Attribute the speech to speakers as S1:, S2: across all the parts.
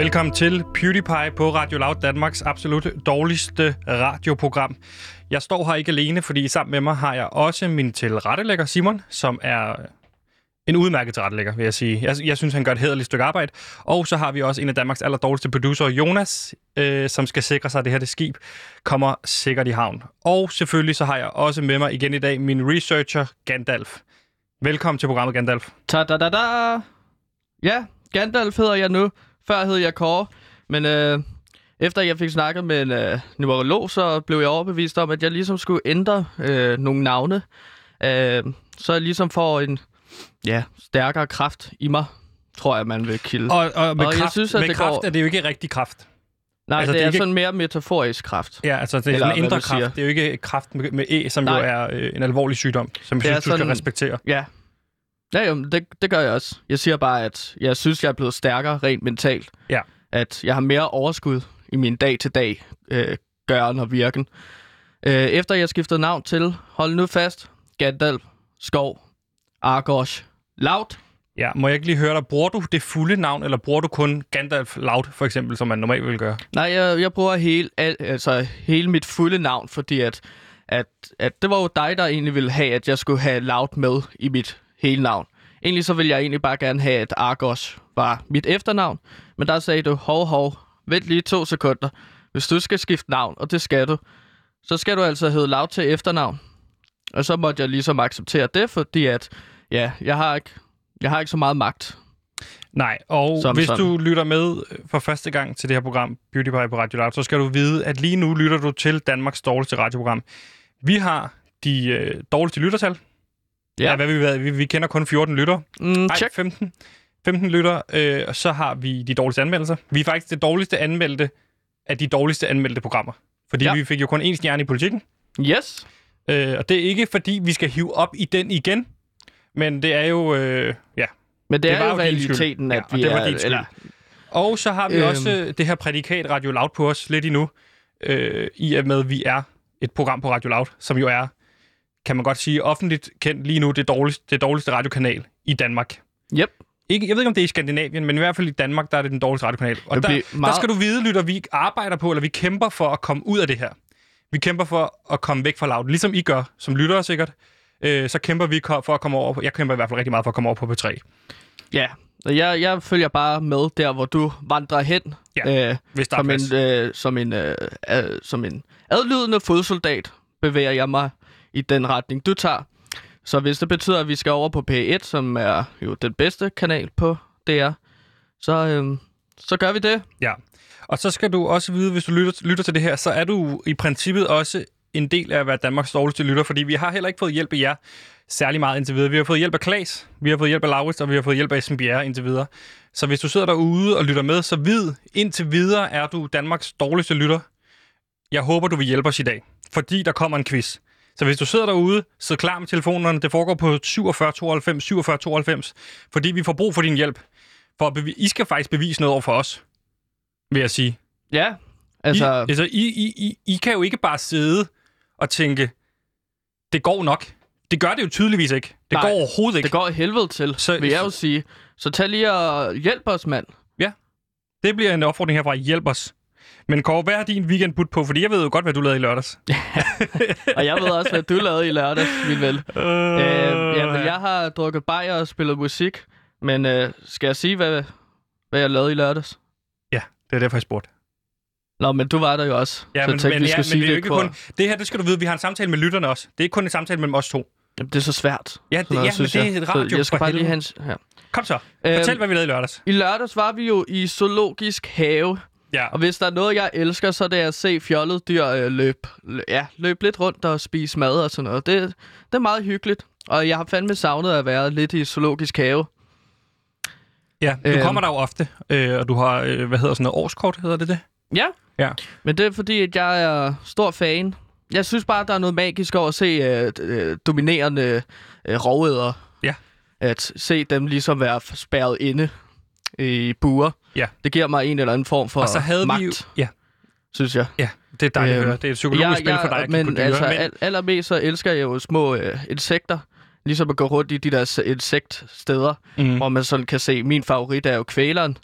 S1: Velkommen til PewDiePie på Radio Loud, Danmarks absolut dårligste radioprogram. Jeg står her ikke alene, fordi sammen med mig har jeg også min tilrettelægger Simon, som er en udmærket tilrettelægger, vil jeg sige. Jeg synes, han gør et hæderligt stykke arbejde. Og så har vi også en af Danmarks allerdårligste producer, Jonas, som skal sikre sig, at det her skib kommer sikkert i havn. Og selvfølgelig så har jeg også med mig igen i dag min researcher, Gandalf. Velkommen til programmet, Gandalf.
S2: Ta-da-da-da! Ja, Gandalf hedder jeg nu. Før hed jeg Kåre, men efter jeg fik snakket med en numerolog, så blev jeg overbevist om, at jeg ligesom skulle ændre nogle navne, så jeg ligesom får en stærkere kraft i mig, tror jeg, man vil kilde.
S1: Og med kraft,
S2: jeg synes, at
S1: med kraft er det jo ikke rigtig kraft.
S2: Nej, altså, det er ikke sådan mere metaforisk kraft.
S1: Ja, altså det er sådan en indre kraft. Det er jo ikke kraft med E, som jo er en alvorlig sygdom, som jeg synes, du skal respektere.
S2: Ja. Ja, jo, det gør jeg også. Jeg siger bare, at jeg synes, jeg er blevet stærkere rent mentalt.
S1: Ja.
S2: At jeg har mere overskud i min dag-til-dag gøren og virken. Efter jeg skiftede navn til, hold nu fast, Gandalf, Skov, Argos, Loud.
S1: Ja, må jeg ikke lige høre dig, bruger du det fulde navn, eller bruger du kun Gandalf Loud, for eksempel, som man normalt vil gøre?
S2: Nej, jeg bruger hele mit fulde navn, fordi at det var jo dig, der egentlig ville have, at jeg skulle have Loud med i mit hele navn. Egentlig så ville jeg egentlig bare gerne have, at Argos var mit efternavn, men der sagde du, hov, vent lige 2 sekunder. Hvis du skal skifte navn, og det skal du, så skal du altså hedde Loud til efternavn. Og så måtte jeg ligesom acceptere det, fordi at, jeg har ikke så meget magt.
S1: Nej, og hvis du lytter med for første gang til det her program, PewDiePie på Radio Loud, så skal du vide, at lige nu lytter du til Danmarks dårligste radioprogram. Vi har de dårligste lyttertal. Ja, vi kender kun 14 lyttere.
S2: Check.
S1: 15 lyttere, og så har vi de dårligste anmeldelser. Vi er faktisk det dårligste anmeldte af de dårligste anmeldte programmer. Fordi vi fik jo kun 1 stjerne i Politikken.
S2: Yes.
S1: Og det er ikke, fordi vi skal hive op i den igen, men det er jo,
S2: Men det er jo realiteten, at vi er...
S1: Og så har vi også det her prædikat Radio Loud på os lidt endnu, i og med, at vi er et program på Radio Loud, som jo er, kan man godt sige, offentligt kendt lige nu det dårligste radiokanal i Danmark.
S2: Yep.
S1: Jeg ved ikke, om det er i Skandinavien, men i hvert fald i Danmark, der er det den dårligste radiokanal. Og der skal du vide, lytter, vi arbejder på, eller vi kæmper for at komme ud af det her. Vi kæmper for at komme væk fra Loud, ligesom I gør, som lyttere sikkert. Så kæmper vi for at komme over på... Jeg kæmper i hvert fald rigtig meget for at komme over på P3.
S2: Ja, jeg følger bare med der, hvor du vandrer hen.
S1: Ja,
S2: som en adlydende fodsoldat bevæger jeg mig i den retning, du tager. Så hvis det betyder, at vi skal over på P1, som er jo den bedste kanal på DR, så gør vi det.
S1: Ja, og så skal du også vide, hvis du lytter til det her, så er du i princippet også en del af at være Danmarks dårligste lytter, fordi vi har heller ikke fået hjælp af jer særlig meget indtil videre. Vi har fået hjælp af Klaas, vi har fået hjælp af Laurits, og vi har fået hjælp af SMBR indtil videre. Så hvis du sidder derude og lytter med, så vid, indtil videre er du Danmarks dårligste lytter. Jeg håber, du vil hjælpe os i dag, fordi der kommer en quiz. Så hvis du sidder derude, så klar med telefonerne. Det foregår på 47 92 47 92, fordi vi får brug for din hjælp. For I skal faktisk bevise noget over for os, vil jeg sige.
S2: Ja, altså...
S1: I kan jo ikke bare sidde og tænke, det går nok. Det gør det jo tydeligvis ikke. Det går overhovedet ikke.
S2: Det går i helvede til, vil jeg jo sige. Så tag lige og hjælp os, mand. Ja,
S1: det bliver en opfordring herfra. Hjælp os. Men Kåre, hvad er din weekend budt på? Fordi jeg ved jo godt, hvad du lavede i lørdags.
S2: Og jeg ved også, hvad du lavede i lørdags, min ven. Men jeg har drukket bajer og spillet musik. Men skal jeg sige, hvad jeg lavede i lørdags?
S1: Ja, det er derfor, jeg spurgte.
S2: Nå, men du var der jo også.
S1: Ja, men det er ikke kun... Det her, det skal du vide, vi har en samtale med lytterne også. Det er ikke kun en samtale mellem os 2.
S2: Jamen, det er så svært.
S1: Ja, men det er et radio.
S2: Jeg skal bare lige hans... Ja.
S1: Kom så. Fortæl, hvad vi lavede i lørdags.
S2: I lørdags var vi jo i Zoologisk Have. Ja. Og hvis der er noget, jeg elsker, så er det at se fjollede dyr løbe lidt rundt og spise mad og sådan noget. Det er meget hyggeligt. Og jeg har fandme savnet at være lidt i Zoologisk Have.
S1: Ja, du kommer der jo ofte, og du har, årskort, hedder det?
S2: Ja, men det er fordi, at jeg er stor fan. Jeg synes bare, der er noget magisk over at se dominerende rovædere. Ja. At se dem ligesom være spærret inde i buer. Ja. Det giver mig en eller anden form for magt, synes jeg. Ja,
S1: det er dejligt at høre. Det er et psykologisk spil for dig.
S2: Men allermest så elsker jeg jo små insekter. Ligesom at gå rundt i de der insektsteder, hvor man sådan kan se, min favorit er jo kvæleren.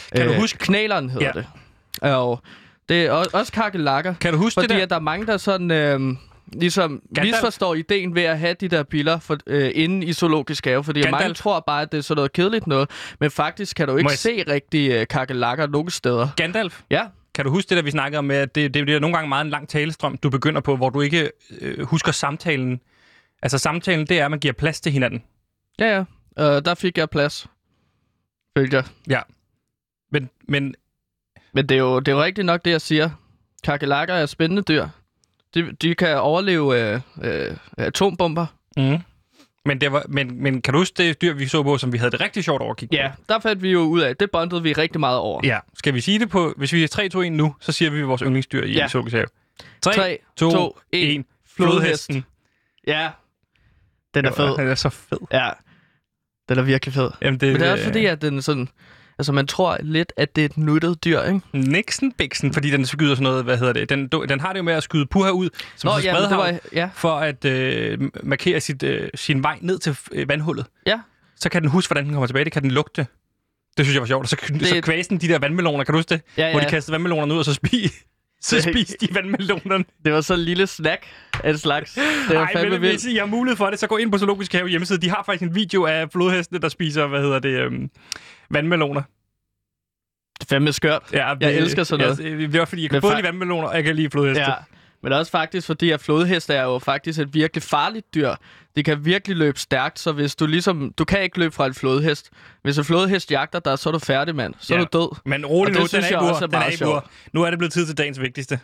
S1: Kan du huske?
S2: Knæleren hedder det. Og det er også kakelakker.
S1: Kan du huske det der?
S2: Fordi at der er mange, der sådan... ligesom misforstår ideen ved at have de der biller inde i zoologisk have, fordi mange tror bare, at det er sådan noget kedeligt noget, men faktisk kan du ikke se rigtige kakelakker nogen steder.
S1: Gandalf?
S2: Ja.
S1: Kan du huske det, der vi snakkede om, at det er nogle gange meget en lang talestrøm, du begynder på, hvor du ikke husker samtalen? Altså samtalen, det er, at man giver plads til hinanden.
S2: Ja. Der fik jeg plads. Følte jeg.
S1: Ja. Men
S2: det er jo rigtigt nok, det jeg siger. Kakelakker er spændende dyr. De kan overleve atombomber.
S1: Mm. Men kan du huske det dyr, vi så på, som vi havde det rigtig sjovt over at kigge på?
S2: Ja, der fandt vi jo ud af. Det bondede vi rigtig meget over.
S1: Ja. Skal vi sige det på... Hvis vi er 3, 2, 1 nu, så siger vi vores yndlingsdyr i zoologisk have. 3, 2, 1. Flodhesten.
S2: Ja. Den er fed.
S1: Den er så fed.
S2: Ja. Den er virkelig fed.
S1: Jamen,
S2: men det er også fordi, at den er sådan... Altså, man tror lidt, at det er et nuttet dyr, ikke?
S1: Nixon-bixen, fordi den skyder sådan noget, hvad hedder det? Den har det jo med at skyde puha ud som spredhavl, for at markere sin vej ned til vandhullet.
S2: Ja.
S1: Så kan den huske, hvordan den kommer tilbage. Det kan den lugte. Det synes jeg var sjovt. Og så kvæsen de der vandmeloner, kan du huske det?
S2: Ja.
S1: Hvor de kastede vandmelonerne ud, og så spiste de vandmelonerne.
S2: Det var så en lille snack af en slags. Det var fandme vildt.
S1: Hvis I har mulighed for det, så gå ind på Zoologisk Have hjemmeside. De har faktisk en video af flodhestene, der spiser, vandmeloner.
S2: Det er fandme skørt.
S1: Ja,
S2: jeg elsker sådan noget.
S1: Det er fordi, jeg kan både lide vandmeloner, og jeg kan lide flodheste.
S2: Ja, men også faktisk fordi, at flodheste er jo faktisk et virkelig farligt dyr. De kan virkelig løbe stærkt, så hvis du ligesom... Du kan ikke løbe fra en flodhest. Hvis en flodhest jagter dig, så er du færdig, mand. Så er du død.
S1: Men rolig nu, den er i bur. Nu er det blevet tid til dagens vigtigste.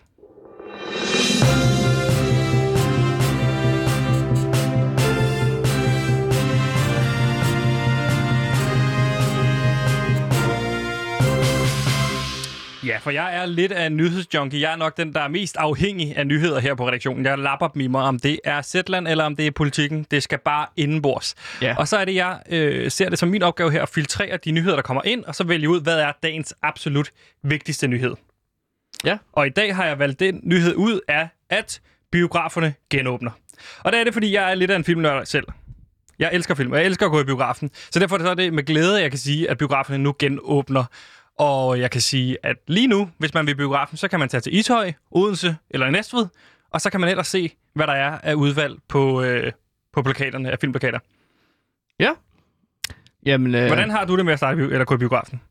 S1: Ja, for jeg er lidt af en nyhedsjunkie. Jeg er nok den, der er mest afhængig af nyheder her på redaktionen. Jeg lapper dem i mig, om det er Zetland eller om det er politikken. Det skal bare indenbords. Ja. Og så er det, jeg ser det som min opgave her at filtrere de nyheder, der kommer ind, og så vælge ud, hvad er dagens absolut vigtigste nyhed.
S2: Ja.
S1: Og i dag har jeg valgt den nyhed ud af, at biograferne genåbner. Og det er det, fordi jeg er lidt af en filmnørd selv. Jeg elsker film, og jeg elsker at gå i biografen. Så derfor er det med glæde, jeg kan sige, at biograferne nu genåbner. Og jeg kan sige, at lige nu, hvis man vil biografen, så kan man tage til Ishøj, Odense eller Næstved, og så kan man ellers se, hvad der er af udvalg på plakaterne, af filmplakater.
S2: Ja. Jamen,
S1: hvordan har du det med at starte eller gå i biografen?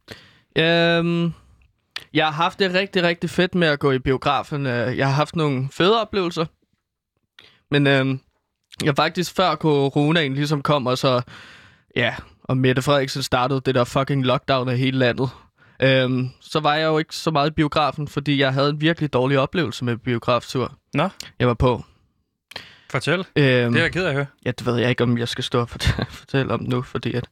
S2: Jeg har haft det rigtig, rigtig fedt med at gå i biografen. Jeg har haft nogle fede oplevelser. Men jeg faktisk før coronaen ligesom kom, og så, ja, og Mette Frederiksen startede det der fucking lockdown af hele landet. Så var jeg jo ikke så meget i biografen, fordi jeg havde en virkelig dårlig oplevelse med biograftur.
S1: Nå?
S2: Jeg var på.
S1: Fortæl. Det er jeg ked af at høre.
S2: Ja, det ved jeg ikke, om jeg skal stå og fortælle om nu, fordi at...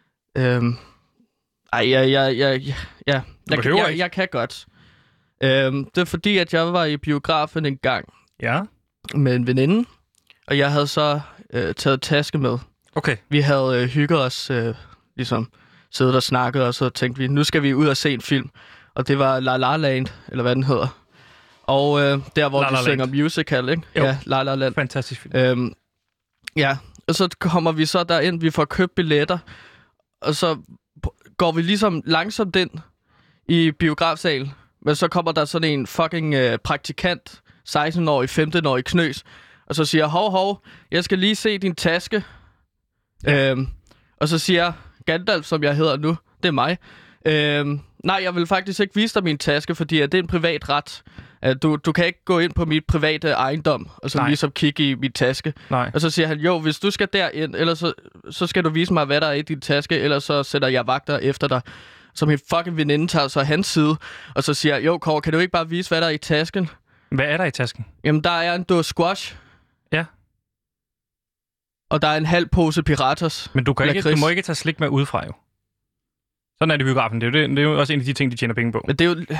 S2: Jeg kan godt. Det er fordi, at jeg var i biografen en gang.
S1: Ja.
S2: Med en veninde, og jeg havde så taget taske med.
S1: Okay.
S2: Vi havde hygget os, ligesom siddet og snakket, og så tænkte vi, nu skal vi ud og se en film. Og det var La La Land, eller hvad den hedder. Og der, hvor de synger musical, ikke?
S1: Jo.
S2: Ja, La La Land.
S1: Fantastisk film.
S2: Ja, og så kommer vi så derind, vi får købt billetter, og så går vi ligesom langsomt ind i biografsalen, men så kommer der sådan en fucking praktikant, 16-årig, 15-årig knøs, og så siger, hov, jeg skal lige se din taske. Ja. Og så siger Gandalf, som jeg hedder nu, det er mig. Nej, jeg vil faktisk ikke vise dig min taske, fordi det er en privat ret. Du kan ikke gå ind på mit private ejendom, og så ligesom kigge i min taske.
S1: Nej.
S2: Og så siger han, jo, hvis du skal derind, ellers så skal du vise mig, hvad der er i din taske, ellers så sætter jeg vagter efter dig. Så min fucking veninde tager så hans side, og så siger, jo, Kåre, kan du ikke bare vise, hvad der er i tasken?
S1: Hvad er der i tasken?
S2: Jamen, der er en dåse squash.
S1: Ja.
S2: Og der er en halv pose Piratas.
S1: Men du må ikke tage slik med udefra, jo. Sådan er det i biografen. Det er jo også en af de ting, de tjener penge på.
S2: Men det er jo...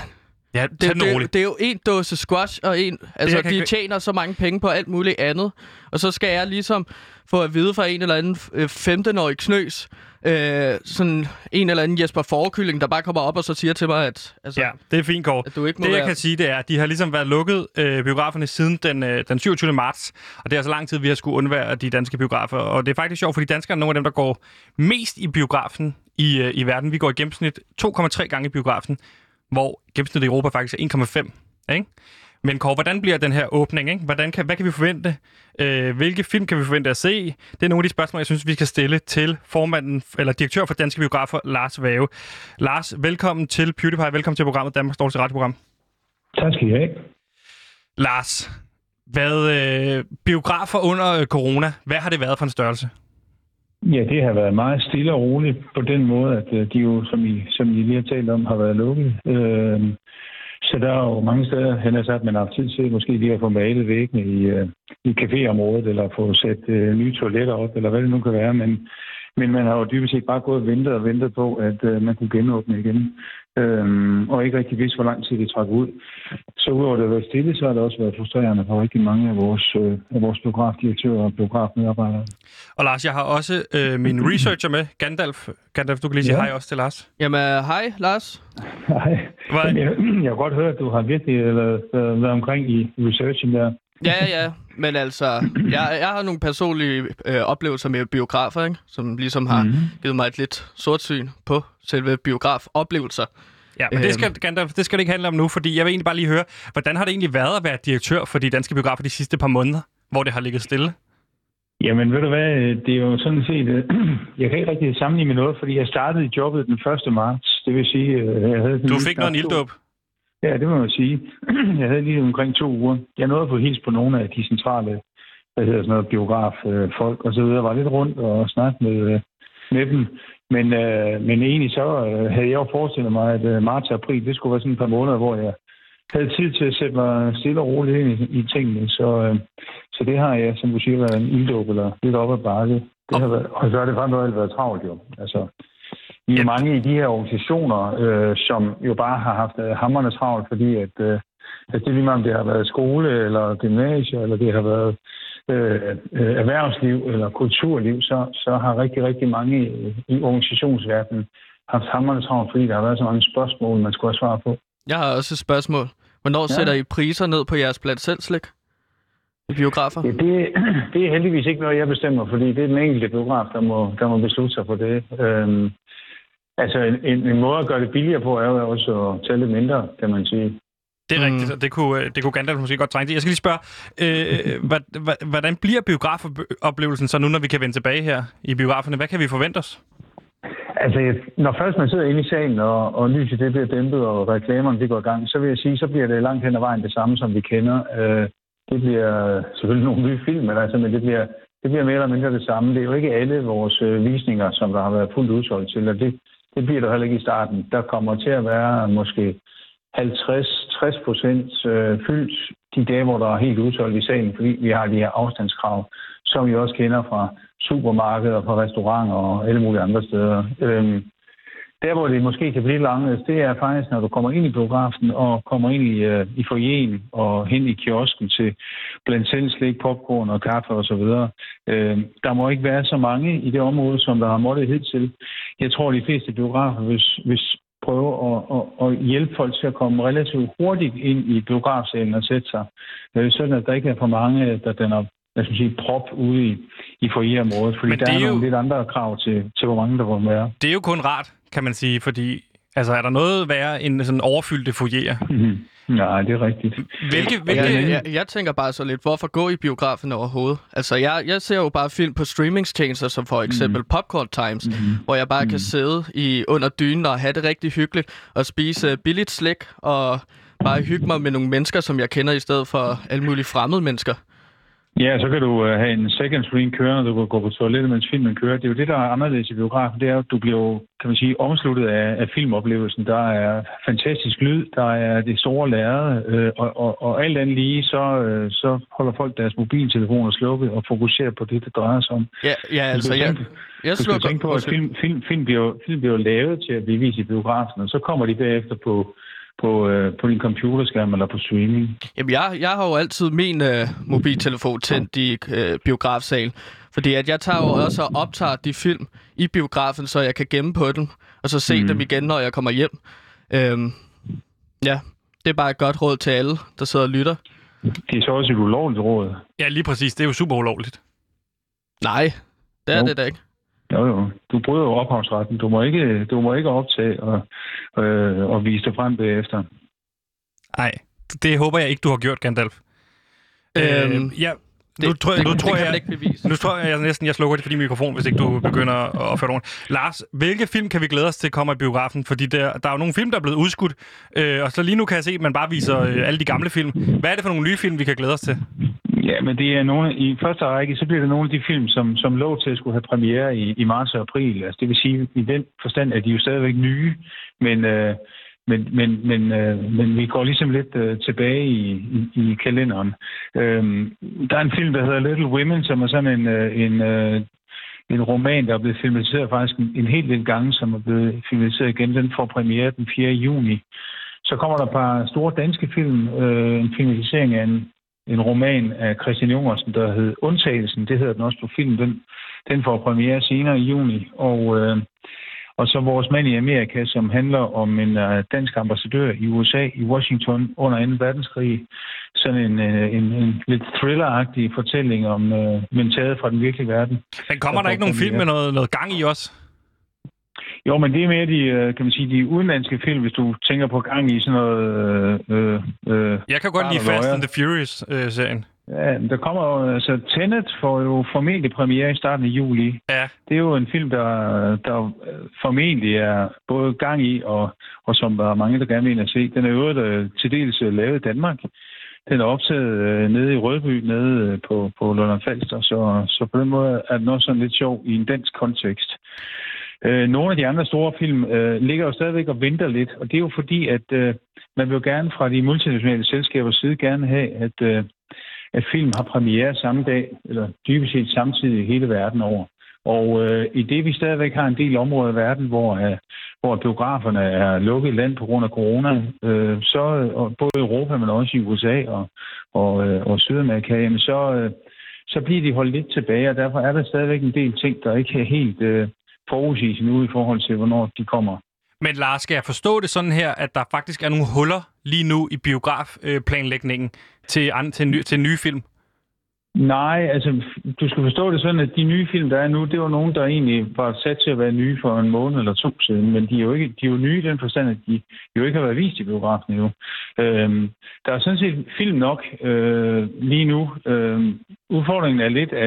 S1: Ja,
S2: det er jo en dåse squash, og de tjener så mange penge på alt muligt andet. Og så skal jeg ligesom få at vide fra en eller anden 15-årig knøs, sådan en eller anden Jesper Forkylling, der bare kommer op og så siger til mig, at... Altså,
S1: ja, det er fint, Kåre. Jeg kan sige, det er, at de har ligesom været lukket biograferne siden den 27. marts, og det er så lang tid, vi har skulle undvære de danske biografer. Og det er faktisk sjovt, fordi danskere er nogle af dem, der går mest i biografen i verden. Vi går i gennemsnit 2,3 gange i biografen, hvor gennemsnittet i Europa faktisk er 1,5. Ikke? Men Kåre, hvordan bliver den her åbning? Ikke? Hvad kan vi forvente? Hvilke film kan vi forvente at se? Det er nogle af de spørgsmål, jeg synes, vi skal stille til formanden, eller direktør for Danske Biografer, Lars Vave. Lars, velkommen til PewDiePie. Velkommen til programmet Danmarks dårligste radioprogram.
S3: Tak skal I have.
S1: Lars, biografer under corona, hvad har det været for en størrelse?
S3: Ja, det har været meget stille og roligt på den måde, at de jo, som I lige har talt om, har været lukket. Så der er jo mange steder, han har sagt, at man har haft tid til måske lige at få malet væggene i caféområdet, eller få sat nye toiletter op, eller hvad det nu kan være. Men man har jo dybest set bare gået og ventet på, at man kunne genåbne igen. Og ikke rigtig vidste, hvor lang tid det trak ud. Så udover det at være stille, så har det også været frustrerende for rigtig mange af vores biografdirektører og biografmedarbejdere.
S1: Og Lars, jeg har også min researcher med, Gandalf. Gandalf, du kan lige sige hej også til Lars.
S2: Jamen, hej Lars.
S3: Hej. Jeg har godt hørt, at du har virkelig været omkring i researchen der.
S2: Ja. Men altså, jeg har nogle personlige oplevelser med biografer, ikke? Som ligesom har givet mig et lidt sortsyn på selve biografoplevelser.
S1: Ja, men det skal det ikke handle om nu, fordi jeg vil egentlig bare lige høre, hvordan har det egentlig været at være direktør for de danske biografer de sidste par måneder, hvor det har ligget stille?
S3: Jamen, ved du hvad, det er jo sådan set... Jeg kan ikke rigtig sammenligne med noget, fordi jeg startede i jobbet den 1. marts. Det vil sige, jeg havde...
S1: Du fik noget ilddåb?
S3: Ja, det må man sige. Jeg havde lige omkring 2 uger. Jeg nåede at få hils på nogle af de centrale, biograffolk og så videre. Jeg var lidt rundt og snakke med dem. Men egentlig så havde jeg jo forestillet mig, at marts og april, det skulle være sådan et par måneder, hvor jeg havde tid til at sætte mig stille og roligt ind i tingene. Så det har jeg, som du siger, været en ilddåb eller lidt op ad bakke. Det har været, og så har det faktisk været travlt jo. Altså, vi er mange i de her organisationer, som jo bare har haft hamrende travlt, fordi at det er lige meget, om det har været skole eller gymnasie, eller det har været erhvervsliv eller kulturliv, så har rigtig, rigtig mange i organisationsverdenen haft hamrende travlt, fordi der har været så mange spørgsmål, man skulle have svar på.
S2: Jeg har også et spørgsmål. Hvornår sætter I priser ned på jeres blandt selv slik i biografer?
S3: Ja, det er heldigvis ikke noget, jeg bestemmer, fordi det er den enkelte biograf, der må beslutte sig for det. Altså, en måde at gøre det billigere på, er jo også at tælle mindre, kan man sige.
S1: Det er rigtigt, og det kunne Gandalf måske godt trænge til. Jeg skal lige spørge, hvordan bliver biografoplevelsen så nu, når vi kan vende tilbage her i biograferne? Hvad kan vi forvente os?
S3: Altså, når først man sidder inde i salen, og lyset det bliver dæmpet, og reklamerne det går i gang, så vil jeg sige, så bliver det langt hen ad vejen det samme, som vi kender. Det bliver selvfølgelig nogle nye film, men det bliver mere eller mindre det samme. Det er jo ikke alle vores visninger, som der har været fuldt udsolgt til, og det bliver der heller ikke i starten. Der kommer til at være måske 50-60% fyldt de dage, hvor der er helt udsolgt i salen, fordi vi har de her afstandskrav, som vi også kender fra supermarkeder, fra restauranter og alle mulige andre steder. Der, hvor det måske kan blive langest, det er faktisk, når du kommer ind i biografen og kommer ind i foyeren og hen i kiosken til blandt selv slik, popcorn og kaffe og så videre. Der må ikke være så mange i det område, som der har måttet hidtil. Jeg tror, de fleste biografer, hvis prøve at hjælpe folk til at komme relativt hurtigt ind i biografsalen og sætte sig, sådan at der ikke er for mange, der danner prop ude i foyerområdet, fordi der er nogle lidt andre krav til hvor mange der må være.
S1: Det er jo kun rart, kan man sige, fordi altså, er der noget værre end sådan overfyldte foyerer?
S3: Nej, det er rigtigt.
S2: Jeg tænker bare så lidt, hvorfor gå i biografen overhovedet? Altså, jeg ser jo bare film på streamingtjenester, som for eksempel Popcorn Times, hvor jeg bare kan sidde under dynen og have det rigtig hyggeligt, og spise billigt slik, og bare hygge mig med nogle mennesker, som jeg kender, i stedet for alle mulige fremmede mennesker.
S3: Ja, så kan du have en second screen kørende, du kan gå på toilettet, mens filmen kører. Det er jo det, der er anderledes i biografen. Det er, at du bliver, kan man sige, omsluttet af filmoplevelsen. Der er fantastisk lyd, der er det store lærred, og alt andet lige, så holder folk deres mobiltelefoner slukket og fokuserer på det drejer sig om.
S2: Ja, altså, jeg
S3: slukker... Du skal tænke på, at film bliver lavet til at blive vist i biografen, og så kommer de bagefter på på din computerskærm eller på streaming.
S2: Jamen, jeg har jo altid min mobiltelefon tændt i biografsalen, fordi at jeg tager jo også og optager de film i biografen, så jeg kan gemme på dem, og så se dem igen, når jeg kommer hjem. Ja, det er bare et godt råd til alle, der sidder og lytter.
S3: Det er så også et ulovligt råd.
S1: Ja, lige præcis. Det er jo super ulovligt.
S2: Nej, det er det da ikke.
S3: Jo. Du bryder jo ophavsretten. Du må ikke optage og vise dig frem bagefter.
S1: Nej, det håber jeg ikke, du har gjort, Gandalf. Ja. Nu tror jeg næsten, jeg slukker det for din mikrofon, hvis ikke du begynder at opføre nogen. Lars, hvilke film kan vi glæde os til kommer i biografen? Fordi der er jo nogle film, der er blevet udskudt, og så lige nu kan jeg se, at man bare viser alle de gamle film. Hvad er det for nogle nye film, vi kan glæde os til?
S3: Ja, men det er nogle, i første række, så bliver det nogle af de film, som lå til at skulle have premiere i marts og april. Altså, det vil sige, i den forstand, at de jo stadigvæk nye, men vi går ligesom lidt tilbage i kalenderen. Der er en film, der hedder Little Women, som er sådan en roman, der er blevet filmatiseret faktisk en hel del gange, som er blevet filmatiseret igen. Den får premiere den 4. juni. Så kommer der et par store danske film. En filmatisering af en roman af Christian Jungersen, der hed Undtagelsen. Det hedder den også på film. Den får premiere senere i juni. Og så Vores mand i Amerika, som handler om en dansk ambassadør i USA, i Washington, under 2. verdenskrig. Sådan en lidt thriller-agtig fortælling om men taget fra den virkelige verden.
S1: Men kommer der ikke nogen film med noget gang i os?
S3: Jo, men det er mere de udenlandske film, hvis du tænker på gang i sådan noget...
S1: Jeg kan godt lide Fast and the Furious-serien.
S3: Ja, der kommer jo... Altså, Tenet får jo formentlig premiere i starten af juli.
S1: Ja.
S3: Det er jo en film, der formentlig er både gang i, og som der er mange, der gerne vil ind at se. Den er jo til dels lavet i Danmark. Den er optaget nede i Rødby, nede på Lolland Falster, så på den måde er den også sådan lidt sjov i en dansk kontekst. Nogle af de andre store film ligger jo stadigvæk og venter lidt, og det er jo fordi, at man vil gerne fra de multinationale selskabers side gerne have, at film har premiere samme dag, eller dybest set samtidig i hele verden over. Og i det vi stadigvæk har en del områder i verden, hvor biograferne er lukket land på grund af corona, så både i Europa, men også i USA og Sydamerika, så bliver de holdt lidt tilbage, og derfor er der stadigvæk en del ting, der ikke er helt forudsiges nu i forhold til, hvornår de kommer.
S1: Men Lars, skal jeg forstå det sådan her, at der faktisk er nogle huller lige nu i biografplanlægningen til nye film? Nej, altså
S3: du skal forstå det sådan, at de nye film, der er nu, det var nogen, der egentlig var sat til at være nye for en måned eller 2 siden, men de er jo nye i den forstand, at de jo ikke har været vist i biografen endnu. Der er sådan set film nok lige nu. Udfordringen er lidt,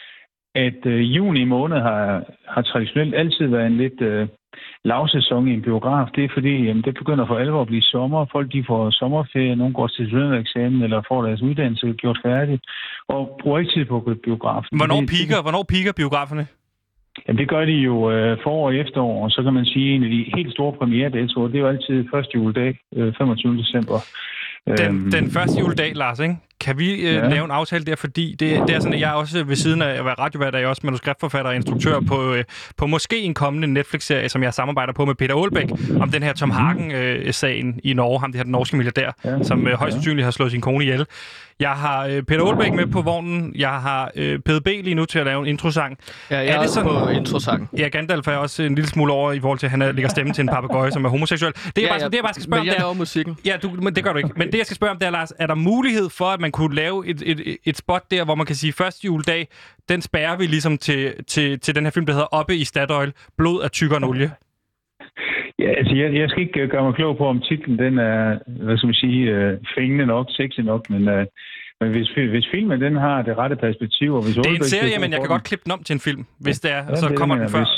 S3: at juni måned har traditionelt altid været en lidt lavsæson i en biograf. Det er fordi, det begynder for alvor at blive sommer. Folk de får sommerferie, nogle går til studentereksamen eller får deres uddannelse gjort færdigt og bruger ikke tid på at gå i biografen.
S1: Hvornår piker biograferne?
S3: Jamen, det gør de jo forår og efterår, og så kan man sige, en af de helt store premieredatoer, det er jo altid første juledag, 25. december.
S1: Den første juledag, Lars, ikke? Kan vi lave en aftale der, fordi det er sådan, at jeg også ved siden af at være radiovært, er jeg også manuskriptforfatter og instruktør på måske en kommende Netflix-serie, som jeg samarbejder på med Peter Aalbæk, om den her Tom Hagen-sagen i Norge, ham det her den norske milliardær, som højst sandsynligt har slået sin kone ihjel. Jeg har Peter Aalbæk med på vognen. Jeg har PDB lige nu til at lave en introsang.
S2: Ja, jeg er også sådan, på introsangen.
S1: Ja, Gandalf er også en lille smule over i forhold til, at han lægger stemme til en papegøje, som er homoseksuel. Det jeg bare skal spørge om,
S2: men jeg laver musikken.
S1: Ja, men det gør du ikke. Men det, jeg skal spørge om, det er, Lars, er der mulighed for, at man kunne lave et spot der, hvor man kan sige, første juledag, den spærrer vi ligesom til den her film, der hedder Oppe i Statoil, blod af tykkere end olie?
S3: Ja, altså jeg skal ikke gøre mig klog på, om titlen den er, hvad skal man sige, fængende nok, sexy nok, men hvis filmen den har det rette perspektiv, og hvis
S1: det er en serie, men jeg kan godt klippe den om til en film, hvis det er, så kommer den før.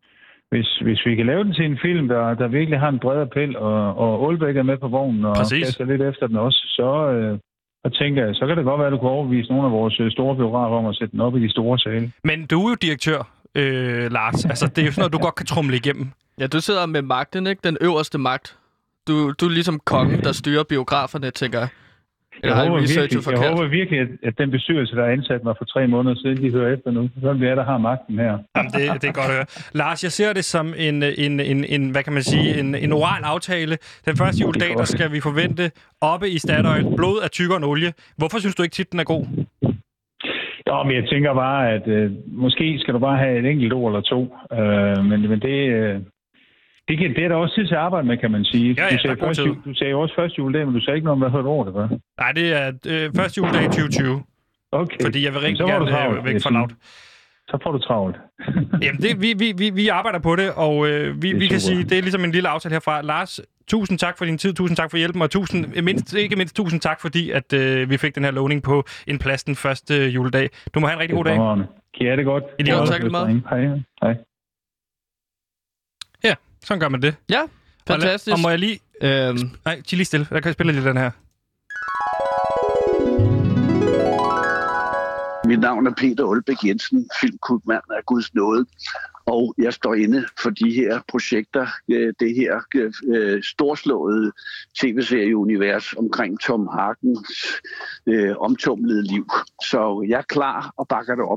S3: Hvis vi kan lave den til en film, der virkelig har en bred appel, og Aalbæk er med på vognen, og kaster lidt efter den også, så tænker jeg, så kan det godt være, at du kan overbevise nogle af vores store biografer om at sætte den op i de store sale.
S1: Men du er jo direktør, Lars. Altså, det er jo sådan noget, du godt kan trumle igennem.
S2: Ja, du sidder med magten, ikke? Den øverste magt. Du er ligesom kongen, der styrer biograferne, tænker jeg. Eller har I researchet forkert?
S3: Jeg håber virkelig, at den bestyrelse, der ansat mig for 3 måneder siden, de hører efter nu. Så er det, der har magten her.
S1: Jamen, det er godt at høre. Lars, jeg ser det som en hvad kan man sige, en oral aftale. Den første juledag, der skal vi forvente oppe i Statoil. Blod er tykkere end olie. Hvorfor synes du ikke tit, den er god?
S3: Ja, men jeg tænker bare, at måske skal du bare have et enkelt ord eller 2. Men det er der også tid til at arbejde med, kan man sige.
S1: Ja,
S3: du sagde også første juledag, men du sagde ikke noget om, hvad hørte over det var.
S1: Nej, det er første juledag 2020.
S3: Okay.
S1: Fordi jeg vil rigtig gerne væk fra Loud.
S3: Så får du travlt.
S1: Jamen, vi arbejder på det, og vi kan sige, det er ligesom en lille aftale herfra. Lars, tusind tak for din tid, tusind tak for hjælpen, og ikke mindst tusind tak, fordi at vi fik den her lovning på en plads den første juledag. Du må have en rigtig god dag.
S3: Kan I det godt?
S2: Jo, tak meget.
S3: Hej.
S1: Ja, sådan gør man det.
S2: Ja, fantastisk.
S1: Og må jeg lige... Nej, lige stille. Jeg kan spille lidt den her.
S4: Mit navn er Peter Aalbæk Jensen, filmkultmand af Guds nåde, og jeg står inde for de her projekter, det her storslåede tv-serieunivers omkring Tom Harkens omtumlede liv. Så jeg er klar og bakker det op.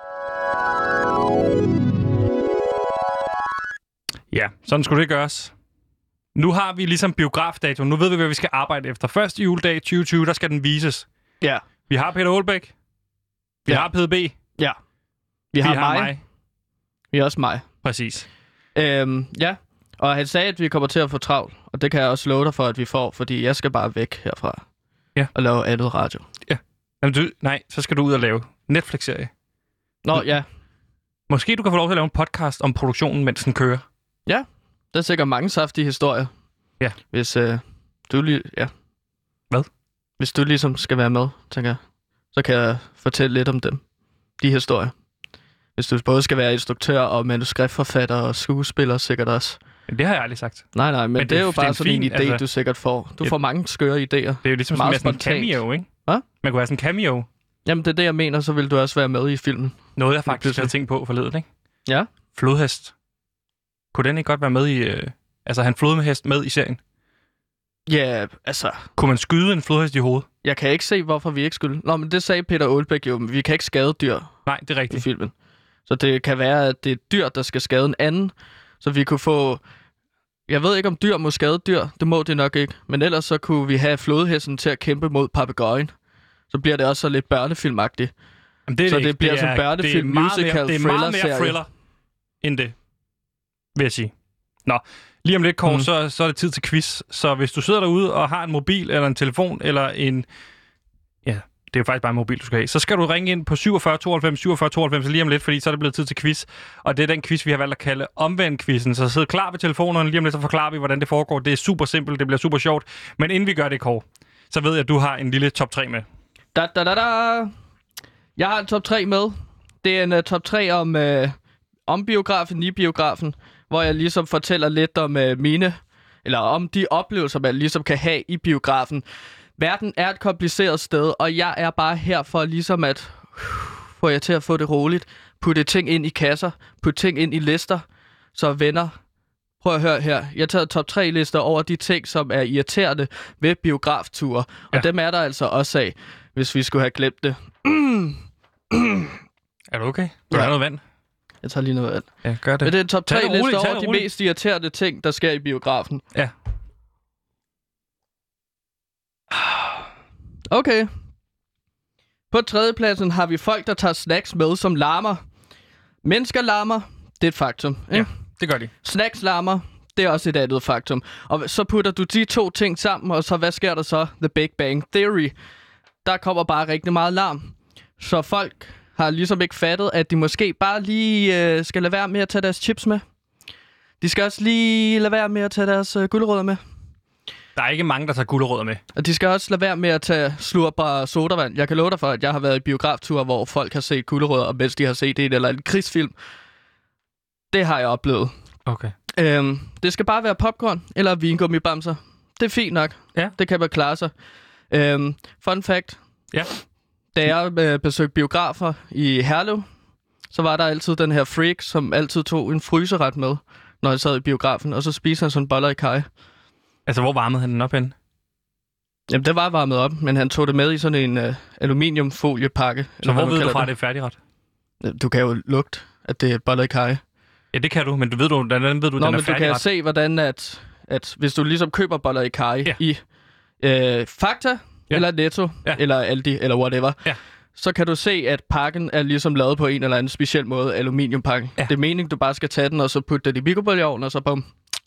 S1: Ja, sådan skulle det gøres. Nu har vi ligesom biografdato. Nu ved vi, hvad vi skal arbejde efter. Første juledag 2020, der skal den vises.
S2: Ja.
S1: Vi har Peter Aalbæk. Vi har PDB.
S2: Ja. Vi har mig. Vi har også mig.
S1: Præcis.
S2: Ja, og han sagde, at vi kommer til at få travlt. Og det kan jeg også love dig for, at vi får, fordi jeg skal bare væk herfra.
S1: Ja.
S2: Og lave andet radio.
S1: Ja. Jamen, så skal du ud og lave Netflix-serie.
S2: Nå, ja.
S1: Måske du kan få lov til at lave en podcast om produktionen, mens den kører.
S2: Ja, der er sikkert mange saftige historier.
S1: Ja.
S2: Hvis du lige... Ja.
S1: Hvad?
S2: Hvis du ligesom skal være med, tænker jeg, så kan jeg fortælle lidt om dem. De historier. Hvis du både skal være instruktør og manuskriptforfatter og skuespiller, sikkert også.
S1: Men det har jeg aldrig sagt.
S2: Nej, men det er jo bare sådan en idé, du sikkert får. Du får mange skøre idéer.
S1: Det er jo ligesom sådan en cameo, ikke?
S2: Hvad?
S1: Man kunne have sådan en cameo.
S2: Jamen, det er det, jeg mener, så vil du også være med i filmen.
S1: Noget, jeg faktisk havde tænkt på forleden, ikke?
S2: Ja.
S1: Flodhest. Kunne den ikke godt være med i... han flodhest med i serien?
S2: Ja, altså...
S1: Kunne man skyde en flodhest i hovedet?
S2: Jeg kan ikke se, hvorfor vi ikke skulle. Nå, men det sagde Peter Aalbæk jo, men vi kan ikke skade dyr.
S1: Nej, det er rigtigt.
S2: I filmen. Så det kan være, at det er dyr, der skal skade en anden. Så vi kunne få... Jeg ved ikke, om dyr må skade dyr. Det må det nok ikke. Men ellers så kunne vi have flodhesten til at kæmpe mod papegøjen. Så bliver det også så lidt børnefilmagtigt. Det bliver sådan en børnefilm, musical, thriller-serie.
S1: Det er meget mere thriller end det, vil jeg sige. Nå, lige om lidt, Kåre, så er det tid til quiz. Så hvis du sidder derude og har en mobil eller en telefon eller en... Ja, det er jo faktisk bare en mobil, du skal have. Så skal du ringe ind på 47 92 47 92 lige om lidt, fordi så er det blevet tid til quiz. Og det er den quiz, vi har valgt at kalde omvendt-quizzen. Så sid klar ved telefonerne lige om lidt, så forklarer vi, hvordan det foregår. Det er super simpelt, det bliver super sjovt. Men inden vi gør det, Kåre, så ved jeg, at du har en lille top 3 med.
S2: Jeg har en top 3 med. Det er en top 3 om biografen, i biografen, hvor jeg ligesom fortæller lidt om om de oplevelser, man ligesom kan have i biografen. Verden er et kompliceret sted, og jeg er bare her for ligesom at få jer til at få det roligt. Putte ting ind i kasser, putte ting ind i lister. Så venner, prøv at høre her. Jeg har taget top 3 lister over de ting, som er irriterende ved biografture. Og dem er der altså også af, hvis vi skulle have glemt det.
S1: Er du okay? Du har noget vand?
S2: Jeg tager lige noget vand.
S1: Ja, gør det.
S2: Men det er en top 3 lister over de mest irriterende ting, der sker i biografen.
S1: Ja.
S2: Okay. På tredjepladsen har vi folk, der tager snacks med, som larmer. Mennesker larmer. Det er et faktum.
S1: Ja, det gør de.
S2: Snacks larmer. Det er også et andet faktum. Og så putter du de to ting sammen, og så hvad sker der så? The Big Bang Theory. Der kommer bare rigtig meget larm. Så folk har ligesom ikke fattet, at de måske bare lige skal lade være med at tage deres chips med. De skal også lige lade være med at tage deres gulerødder med.
S1: Der er ikke mange, der tager gulerødder med.
S2: Og de skal også lade være med at tage slurper sodavand. Jeg kan love dig for, at jeg har været i biografture, hvor folk har set gulerødder, og mens de har set en eller en krigsfilm. Det har jeg oplevet.
S1: Okay.
S2: Det skal bare være popcorn eller vingummibamser. Det er fint nok.
S1: Ja.
S2: Det kan man klare sig. Fun fact.
S1: Ja.
S2: Da jeg besøgte biografer i Herlev, så var der altid den her freak, som altid tog en fryseret med, når jeg sad i biografen, og så spiste han sådan boller i kaj.
S1: Altså, hvor varmede han den op hen?
S2: Jamen, det var varmet op, men han tog det med i sådan en aluminiumfoliepakke.
S1: Så hvor ved du fra, det er færdigret?
S2: Du kan jo lugte, at det er boller i kaj.
S1: Ja, det kan du, men hvordan ved du, den er færdigret?
S2: Du kan se, hvordan at hvis du ligesom køber boller i kaj i Fakta, eller Netto, eller Aldi, eller whatever, så kan du se, at pakken er ligesom lavet på en eller anden speciel måde, aluminiumpakken. Ja. Det er meningen, du bare skal tage den, og så putte den i mikrobølgeovnen, og så bum,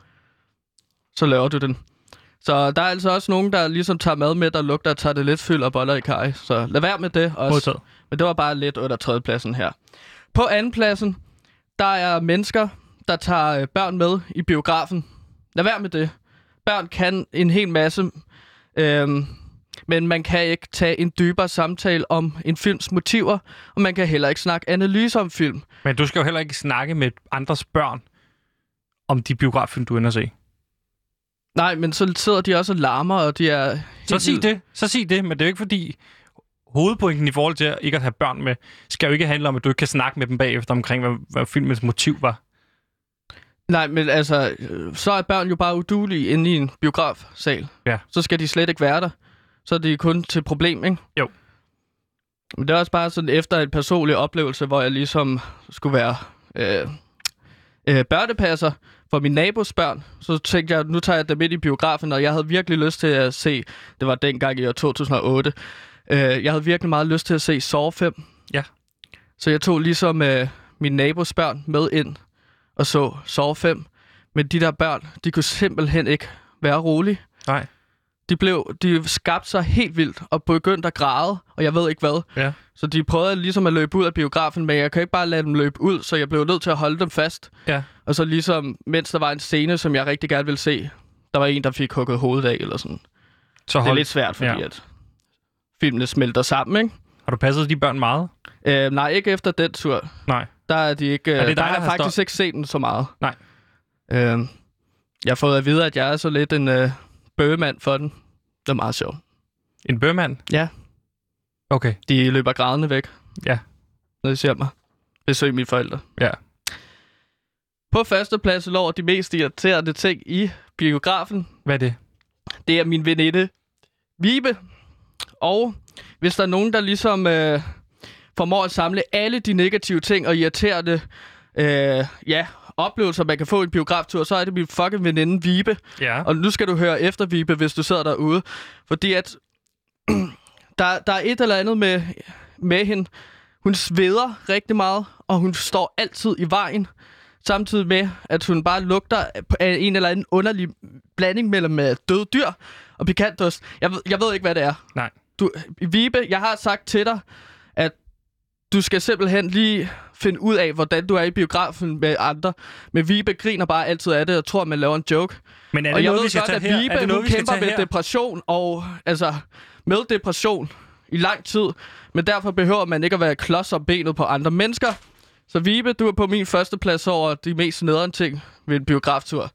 S2: så laver du den. Så der er altså også nogen, der ligesom tager mad med, der lugter og tager det lidt fyld og boller i kaj. Så lad være med det også.
S1: Modtaget.
S2: Men det var bare lidt under tredjepladsen her. På andenpladsen, der er mennesker, der tager børn med i biografen. Lad være med det. Børn kan en hel masse, men man kan ikke tage en dybere samtale om en films motiver, og man kan heller ikke snakke analyse om film.
S1: Men du skal jo heller ikke snakke med andres børn om de biograffilm, du ender at se.
S2: Nej, men så sidder de også og larmer, og de er...
S1: Så sig det, men det er jo ikke fordi... Hovedpointen i forhold til ikke at have børn med, skal jo ikke handle om, at du ikke kan snakke med dem bagefter omkring, hvad filmens motiv var. Nej,
S2: men altså, så er børn jo bare uduelige inde i en biografsal.
S1: Ja.
S2: Så skal de slet ikke være der. Så er de kun til problem, ikke?
S1: Jo.
S2: Men det er også bare sådan efter en personlig oplevelse, hvor jeg ligesom skulle være børnepasser for min nabos børn. Så tænkte jeg, nu tager jeg dem med i biografen, og jeg havde virkelig lyst til at se, det var dengang i år 2008, jeg havde virkelig meget lyst til at se Saw 5.
S1: Ja.
S2: Så jeg tog ligesom min nabos børn med ind og så Saw 5. Men de der børn, de kunne simpelthen ikke være rolige.
S1: Nej.
S2: De skabte sig helt vildt og begyndte at græde, og jeg ved ikke hvad.
S1: Ja.
S2: Så de prøvede ligesom at løbe ud af biografen, men jeg kan ikke bare lade dem løbe ud, så jeg blev nødt til at holde dem fast.
S1: Ja.
S2: Og så ligesom, mens der var en scene, som jeg rigtig gerne ville se, der var en, der fik hugget hovedet af, eller sådan. Det er lidt svært, fordi at filmene smelter sammen, ikke?
S1: Har du passet de børn meget?
S2: Nej, ikke efter den tur.
S1: Nej.
S2: Der er de ikke...
S1: Er det
S2: der
S1: dig,
S2: har jeg faktisk ikke set den så meget.
S1: Nej.
S2: Jeg har fået at vide, at jeg er så lidt en bøgemand for den. Det er meget sjovt.
S1: En bøgemand?
S2: Ja.
S1: Okay.
S2: De løber grædende væk.
S1: Ja.
S2: Når de ser mig. Besøg mine forældre.
S1: Ja.
S2: På førsteplads lå de mest irriterende ting i biografen.
S1: Hvad er det?
S2: Det er min veninde Vibe. Og hvis der er nogen, der ligesom formår at samle alle de negative ting og irriterende oplevelser, man kan få i en biograftur, så er det min fucking veninde Vibe.
S1: Ja.
S2: Og nu skal du høre efter, Vibe, hvis du sidder derude. Fordi at der er et eller andet med hende. Hun sveder rigtig meget, og hun står altid i vejen. Samtidig med, at hun bare lugter af en eller anden underlig blanding mellem døde dyr og pikantost. Jeg ved ikke, hvad det er.
S1: Nej.
S2: Vibe, jeg har sagt til dig, at du skal simpelthen lige finde ud af, hvordan du er i biografen med andre. Men Vibe griner bare altid af det og tror, man laver en joke.
S1: Men er det noget, vi skal tage her?
S2: Vibe, hun kæmper med depression og med depression i lang tid. Men derfor behøver man ikke at være klods om benet på andre mennesker. Så Vibe, du er på min første plads over de mest nederen ting ved en biograftur.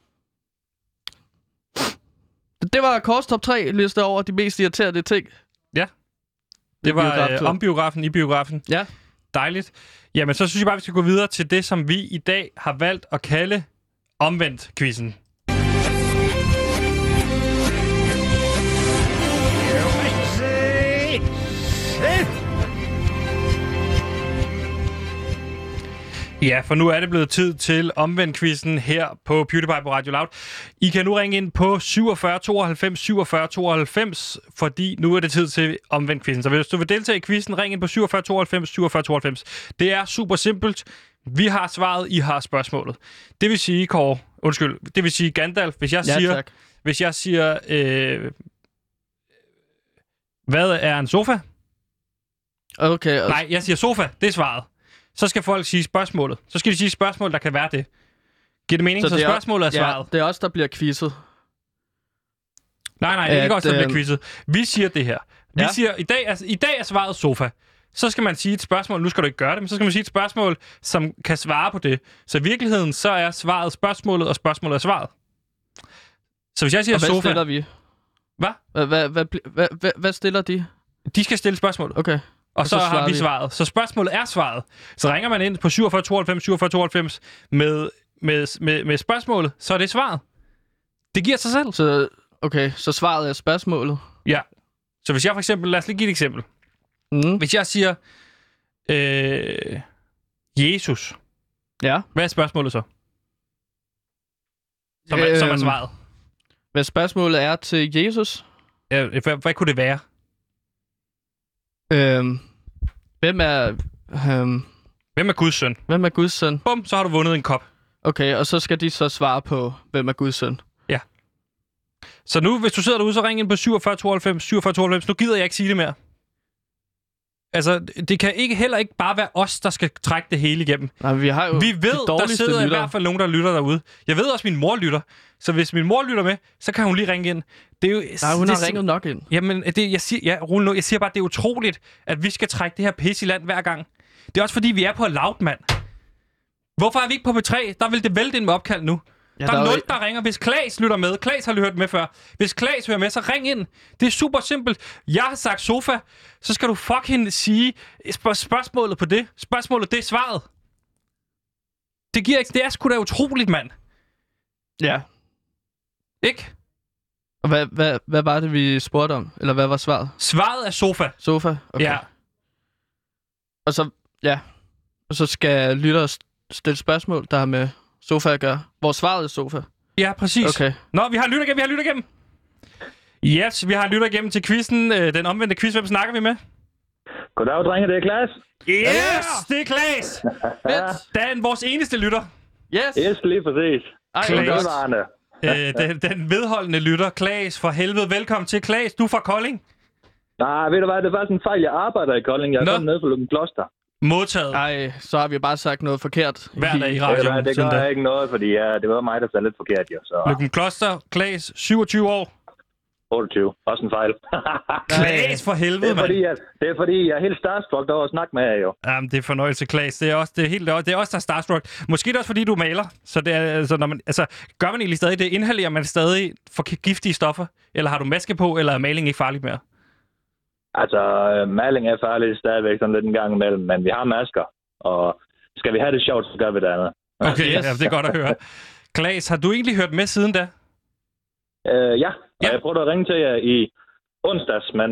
S2: Det var Kors top 3 liste over de mest irriterende ting.
S1: Ja. Det var om biografen, i biografen.
S2: Ja.
S1: Dejligt. Jamen, så synes jeg bare, vi skal gå videre til det, som vi i dag har valgt at kalde omvendt-quizzen. Ja, for nu er det blevet tid til omvendt-quizzen her på PewDiePie på Radio Loud. I kan nu ringe ind på 47 92 47 92, fordi nu er det tid til omvendt-quizzen. Så hvis du vil deltage i quizzen, ring ind på 47 92 47 92. Det er super simpelt. Vi har svaret, I har spørgsmålet. Det vil sige, Kåre, det vil sige Gandalf, hvis jeg siger, hvad er en sofa?
S2: Okay.
S1: Nej, jeg siger sofa, det er svaret. Så skal folk sige spørgsmålet. Så skal de sige spørgsmål, der kan være det. Giver det mening? Så spørgsmålet er svaret.
S2: Ja, det er også der bliver quizzet.
S1: Nej, det er ikke også, der bliver quizzet. Vi siger det her. Vi siger, i dag er svaret sofa. Så skal man sige et spørgsmål. Nu skal du ikke gøre det, men så skal man sige et spørgsmål, som kan svare på det. Så i virkeligheden, så er svaret spørgsmålet, og spørgsmålet er svaret. Så hvis jeg siger sofa...
S2: hvad stiller vi?
S1: Hvad?
S2: Hvad stiller de?
S1: De skal stille spørgsmål.
S2: Okay.
S1: Og så har vi svaret. Så spørgsmålet er svaret. Så ringer man ind på 47 92 47 92 med spørgsmålet, så er det svaret. Det giver sig selv.
S2: Okay, så svaret er spørgsmålet.
S1: Ja. Så hvis jeg for eksempel... Lad os lige give et eksempel. Hvis jeg siger... Jesus.
S2: Ja.
S1: Hvad er spørgsmålet så? Som er svaret.
S2: Hvad spørgsmålet er til Jesus?
S1: Ja, hvad kunne det være?
S2: Hvem er...
S1: Hvem er Guds søn?
S2: Hvem er Guds søn?
S1: Bum, så har du vundet en kop.
S2: Okay, og så skal de så svare på, hvem er Guds søn?
S1: Ja. Så nu, hvis du sidder derude, så ring ind på 4792, 4792. Nu gider jeg ikke sige det mere. Altså, det kan heller ikke bare være os, der skal trække det hele igennem.
S2: Nej, vi har jo
S1: vi ved, der sidder i hvert fald nogen, der lytter derude. Jeg ved også, at min mor lytter. Så hvis min mor lytter med, så kan hun lige ringe ind. Det er jo,
S2: nej, hun har ringet nok ind.
S1: Jamen, jeg siger bare, det er utroligt, at vi skal trække det her pis i land hver gang. Det er også fordi, vi er på Loud, mand. Hvorfor er vi ikke på P3? Der vil det vælte ind med opkald nu. Ja, der er 0, der ringer. Hvis Klaas lytter med, Klaas har hørt med før. Hvis Klaas hører med, så ring ind. Det er super simpelt. Jeg har sagt sofa, så skal du fucking sige spørgsmålet på det. Spørgsmålet, det er svaret. Det giver ikke. Det er sgu da utroligt, mand.
S2: Ja.
S1: Ikke?
S2: Og hvad var det, vi spurgte om? Eller hvad var svaret?
S1: Svaret er sofa.
S2: Sofa? Okay.
S1: Ja.
S2: Og så, ja. Og så skal lyttere stille spørgsmål, der har med sofa at gøre. Hvor svaret er sofa?
S1: Ja, præcis.
S2: Okay.
S1: Nå, vi har lytter igennem. Yes, vi har lytter igennem til quizzen. Den omvendte quiz. Hvem snakker vi med?
S5: Goddag, drenge. Det er Klaas.
S1: Yes, det er Klaas. Dan, vores eneste lytter.
S2: Yes,
S5: lige præcis.
S1: Klaas. Den vedholdende lytter. Klaas, for helvede. Velkommen til. Klaas, du er fra Kolding.
S5: Nej, ved du hvad? Det er faktisk en fejl. Jeg arbejder i Kolding. Jeg er kommet ned fra Løgumkloster.
S1: Modtaget.
S2: Ej, så har vi bare sagt noget forkert.
S1: Hver dag i radioen.
S5: Det gør ikke noget, fordi det var mig, der sagde lidt forkert, jo. Så.
S1: Løgumkloster, Klaas, 27 år.
S5: 28. Også en fejl.
S1: Klaas, for helvede, mand.
S5: Det er fordi, jeg er helt starstruck over at snakke med jer, jo.
S1: Jamen, det er fornøjelse, Klaas. Det er også der er starstruck. Måske det er også fordi, du maler. Så det er, altså, når man, gør man egentlig stadig det? Inhalerer man stadig for giftige stoffer? Eller har du maske på, eller er maling ikke farligt mere?
S5: Altså, maling er farligt stadigvæk sådan lidt en gang imellem, men vi har masker. Og skal vi have det sjovt, så gør vi det andet.
S1: Okay, yes. Ja, det er godt at høre. Klaas, har du egentlig hørt med siden da?
S5: Ja. Jeg prøvede at ringe til jer i onsdags, men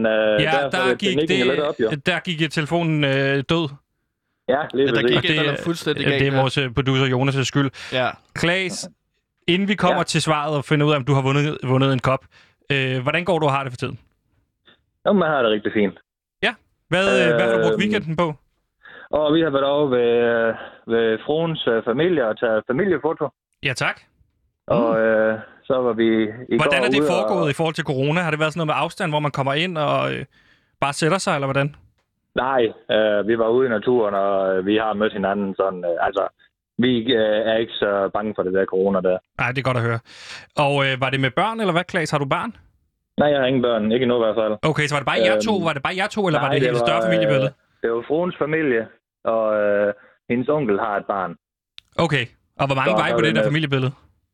S1: der gik telefonen død.
S5: Ja, lige
S1: præcis. Det er vores producer Jonas' skyld.
S2: Ja.
S1: Klaas, inden vi kommer til svaret og finder ud af, om du har vundet en kop, hvordan går du og har det for tiden?
S5: Jamen, jeg har det rigtig fint.
S1: Ja. Hvad har du brugt weekenden på?
S5: Og vi har været over ved fruens familie og taget familiefoto.
S1: Ja, tak.
S5: Og så var vi i
S1: Hvordan
S5: går
S1: er det foregået i forhold til corona? Har det været sådan noget med afstand, hvor man kommer ind og bare sætter sig, eller hvordan?
S5: Nej, vi var ude i naturen, og vi har mødt hinanden sådan. Vi er ikke så bange for det der corona der.
S1: Nej, det er godt at høre. Og var det med børn, eller hvad, Klaas? Har du barn?
S5: Nej, jeg har ingen børn. Ikke endnu i hvert fald.
S1: Okay, så var det bare jer to? Var det bare jer to, eller var det et større familiebillede?
S5: Det var fruens familie, og hendes onkel har et barn.
S1: Okay, og hvor mange var I på det der familiebillede?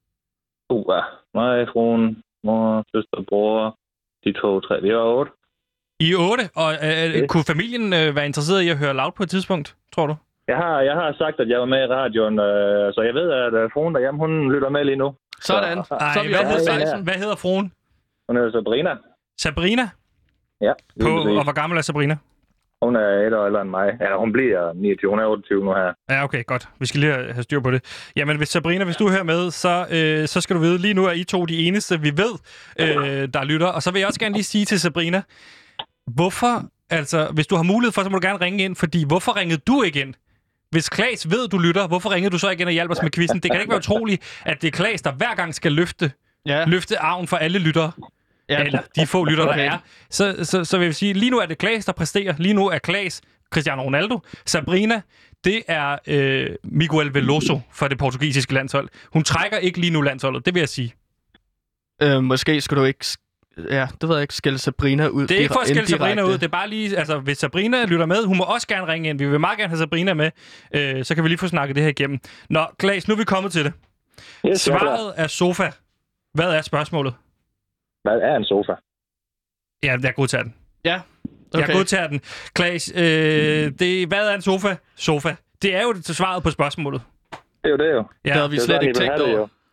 S5: Mig, fruen, mor, søster, bror, de 2, 3. Vi var 8.
S1: I 8? Og kunne familien være interesseret i at høre Loud på et tidspunkt, tror du?
S5: Jeg har sagt, at jeg var med i radioen, så jeg ved, at fruen derhjemme, hun lytter med lige nu.
S2: Sådan.
S1: Hvad hedder fruen?
S5: Hun hedder Sabrina.
S1: Sabrina?
S5: Ja.
S1: Og hvor gammel er Sabrina?
S5: Hun er 1 år ældre end mig. Ja, hun bliver 29, hun er 28 nu her.
S1: Ja, okay, godt. Vi skal lige have styr på det. Jamen, Sabrina, hvis du hører med, så skal du vide, lige nu er I to de eneste, vi ved, der lytter. Og så vil jeg også gerne lige sige til Sabrina, hvorfor, altså, hvis du har mulighed for, så må du gerne ringe ind, fordi hvorfor ringede du ikke ind? Hvis Klaas ved, du lytter, hvorfor ringede du så igen og hjælper os med quizzen? Det kan ikke være utroligt, at det er Klaas, der hver gang skal løfte arven for alle lyttere. Ja. Eller de få lytter, der er. Så vil jeg sige, lige nu er det Klaas, der præsterer. Lige nu er Klaas Cristiano Ronaldo. Sabrina, det er Miguel Veloso for det portugisiske landshold. Hun trækker ikke lige nu landsholdet, det vil jeg sige.
S2: Måske skulle du ikke... Ja, det ved jeg ikke, skælde Sabrina ud.
S1: Det er ikke for at skælde Sabrina ud, det er bare lige... Altså, hvis Sabrina lytter med, hun må også gerne ringe ind. Vi vil meget gerne have Sabrina med. Så kan vi lige få snakket det her igennem. Nå, Klaas, nu er vi kommet til det. Yes, svaret er sofa. Hvad er spørgsmålet?
S5: Hvad er en sofa?
S1: Ja, jeg godtager den.
S2: Ja, okay.
S1: Jeg godtager den. Klaas, hvad er en sofa? Sofa. Det er jo det svaret på spørgsmålet.
S5: Det er jo det jo.
S2: Ja. Det havde vi slet ikke tænkt over.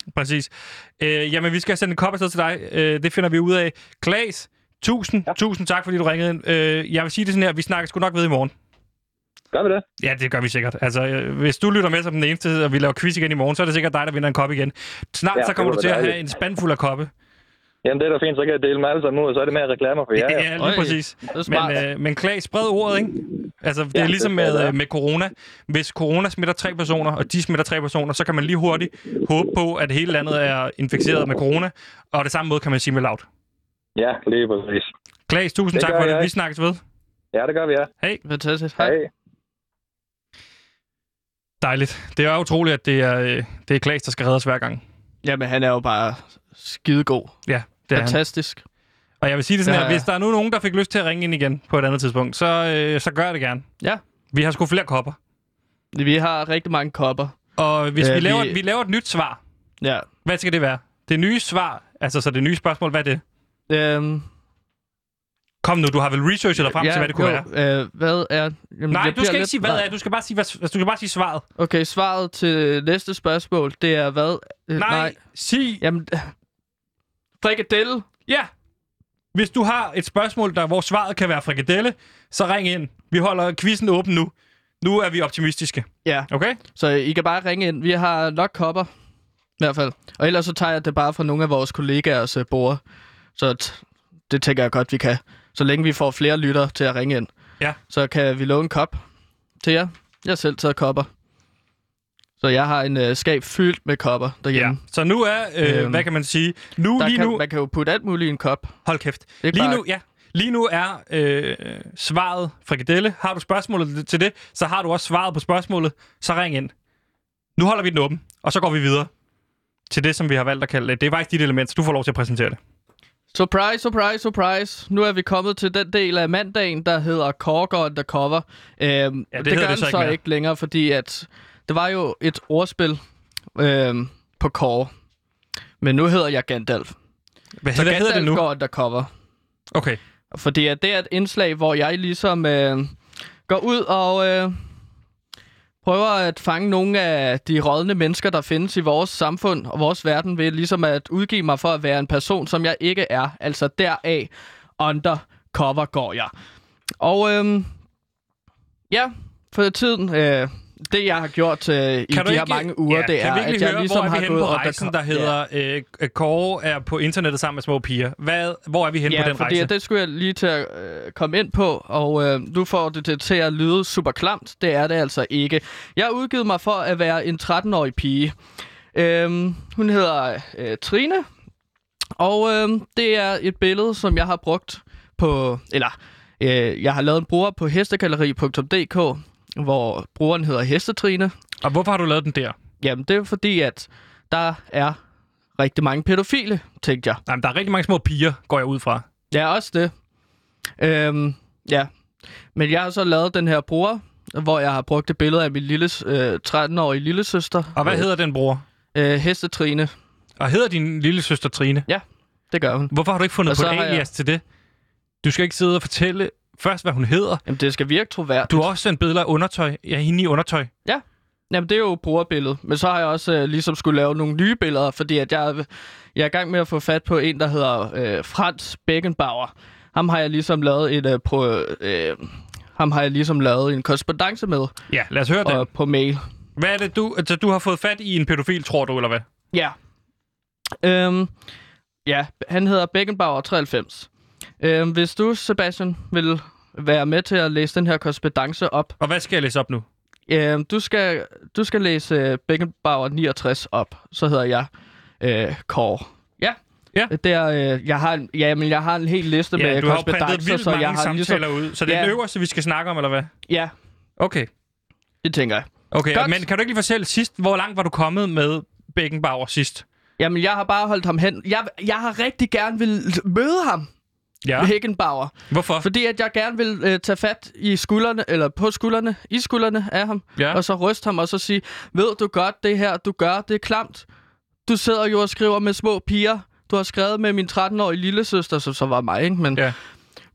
S1: Præcis. Jamen, vi skal sende en kop afsted til dig. Det finder vi ud af. Claes, tusind tak, fordi du ringede ind. Jeg vil sige det sådan her, vi snakker sgu nok ved i morgen.
S5: Gør vi det?
S1: Ja, det gør vi sikkert. Altså, hvis du lytter med som den eneste, og vi laver quiz igen i morgen, så er det sikkert dig, der vinder en kop igen. Snart så kommer du til at have en spand fuld af koppe.
S5: Jamen, det er da fint, så kan jeg dele med alle sammen ud, og så er det mere reklamer for jer.
S1: Ja, lige præcis. Men Claes, spred ordet, ikke? Altså, det er ligesom med corona. Hvis corona smitter 3 personer, og de smitter 3 personer, så kan man lige hurtigt håbe på, at hele landet er inficeret med corona. Og det samme måde kan man sige med loud.
S5: Ja, lige præcis.
S1: Claes, tusind tak for det. Vi snakkes ved.
S5: Ja, det gør vi, ja.
S1: Hej.
S2: Fantastisk. Hej.
S1: Dejligt. Det er utroligt, at det er Claes, der skal redde os hver gang.
S2: Jamen, han er jo bare skidegod.
S1: Ja, det er
S2: fantastisk.
S1: Og jeg vil sige det sådan her, hvis der er nogen, der fik lyst til at ringe ind igen på et andet tidspunkt, så gør jeg det gerne.
S2: Ja.
S1: Vi har sgu flere kopper.
S2: Vi har rigtig mange kopper. Og
S1: hvis vi laver et nyt svar, hvad skal det være? Det nye svar, altså så det nye spørgsmål, hvad er det? Kom nu, du har vel researchet dig frem til, hvad det kunne være?
S2: Hvad er... Jamen,
S1: nej, du skal ikke sige, hvad er. Du skal bare sige svaret.
S2: Okay, svaret til næste spørgsmål, det er hvad...
S1: Nej, sig...
S2: Jamen... Frikadelle.
S1: Ja. Hvis du har et spørgsmål, hvor svaret kan være frikadelle, så ring ind. Vi holder quizzen åben nu. Nu er vi optimistiske.
S2: Ja.
S1: Okay?
S2: Så I kan bare ringe ind. Vi har nok kopper. I hvert fald. Og ellers så tager jeg det bare fra nogle af vores kollegaers borde. Så det tænker jeg godt, vi kan. Så længe vi får flere lytter til at ringe ind.
S1: Ja.
S2: Så kan vi låne en kop til jer. Jeg har selv taget kopper. Så jeg har en skab fyldt med kopper derhjemme.
S1: Ja. Så nu er, hvad kan man sige?
S2: Man kan jo putte alt muligt i en kop.
S1: Hold kæft. Lige nu er svaret frikadelle. Har du spørgsmålet til det, så har du også svaret på spørgsmålet. Så ring ind. Nu holder vi den åben, og så går vi videre til det, som vi har valgt at kalde det. Det er faktisk dit element, så du får lov til at præsentere det.
S2: Surprise, surprise, surprise. Nu er vi kommet til den del af mandagen, der hedder Kåre Undercover. Det gør den så ikke længere, fordi at det var jo et ordspil på Kåre. Men nu hedder jeg Gandalf.
S1: Hvad hedder det nu?
S2: Går Undercover.
S1: Okay.
S2: Fordi at det er et indslag, hvor jeg ligesom går ud og prøver at fange nogle af de rådne mennesker, der findes i vores samfund og vores verden, ved ligesom at udgive mig for at være en person, som jeg ikke er. Altså deraf undercover går jeg. Og for tiden... det, jeg har gjort i de her mange uger, det er, at jeg ligesom har gået
S1: på rejsen, der hedder Kåre er på internettet sammen med små piger. Hvor er vi henne på den rejse?
S2: Ja, det skulle jeg lige til at komme ind på, og nu får det til at lyde super klamt. Det er det altså ikke. Jeg har udgivet mig for at være en 13-årig pige. Hun hedder Trine, og det er et billede, som jeg har brugt på... jeg har lavet en bruger på hestegalleri.dk, hvor brugeren hedder Hestetrine.
S1: Og hvorfor har du lavet den der?
S2: Jamen, det er fordi, at der er rigtig mange pædofile, tænkte jeg.
S1: Jamen, der er rigtig mange små piger, går jeg ud fra.
S2: Ja, også det. Ja. Men jeg har så lavet den her bruger, hvor jeg har brugt et billede af min lille 13-årige lillesøster.
S1: Og hvad hedder den bruger?
S2: Hestetrine.
S1: Og hedder din lillesøster Trine?
S2: Ja, det gør hun.
S1: Hvorfor har du ikke fundet på et alias til det? Du skal ikke sidde og fortælle først, hvad hun hedder.
S2: Jamen, det skal virke troværdigt.
S1: Du har også sendt billeder af undertøj. Ja, hende i undertøj.
S2: Ja. Jamen, det er jo brugerbilledet. Men så har jeg også ligesom skulle lave nogle nye billeder, fordi at jeg er i gang med at få fat på en, der hedder Frans Beckenbauer. Ham har jeg ligesom lavet en korrespondance med.
S1: Ja, lad os høre det.
S2: På mail.
S1: Hvad er det, du har fået fat i en pædofil, tror du, eller hvad?
S2: Ja. Ja, han hedder Beckenbauer 93. Hvis du, Sebastian, vil være med til at læse den her korrespondance op.
S1: Og hvad skal jeg læse op nu?
S2: Du skal læse Beckenbauer 69 op. Så hedder jeg Kåre. Ja. Jeg har en hel liste med korrespondancer,
S1: så jeg har samtaler ud. Så det er det øverste, vi skal snakke om, eller hvad?
S2: Ja.
S1: Okay.
S2: Det tænker jeg.
S1: Okay, godt. Men kan du ikke lige fortælle sidst, hvor langt var du kommet med Beckenbauer sidst?
S2: Jamen, jeg har bare holdt ham hen. Jeg har rigtig gerne vil møde ham.
S1: Ja.
S2: Beckenbauer.
S1: Hvorfor?
S2: Fordi at jeg gerne vil tage fat i skuldrene, eller på skuldrene, i skuldrene af ham, og så ryste ham og så sige, ved du godt, det her, du gør, det er klamt. Du sidder jo og skriver med små piger. Du har skrevet med min 13-årige lillesøster, som så var mig, ikke? Men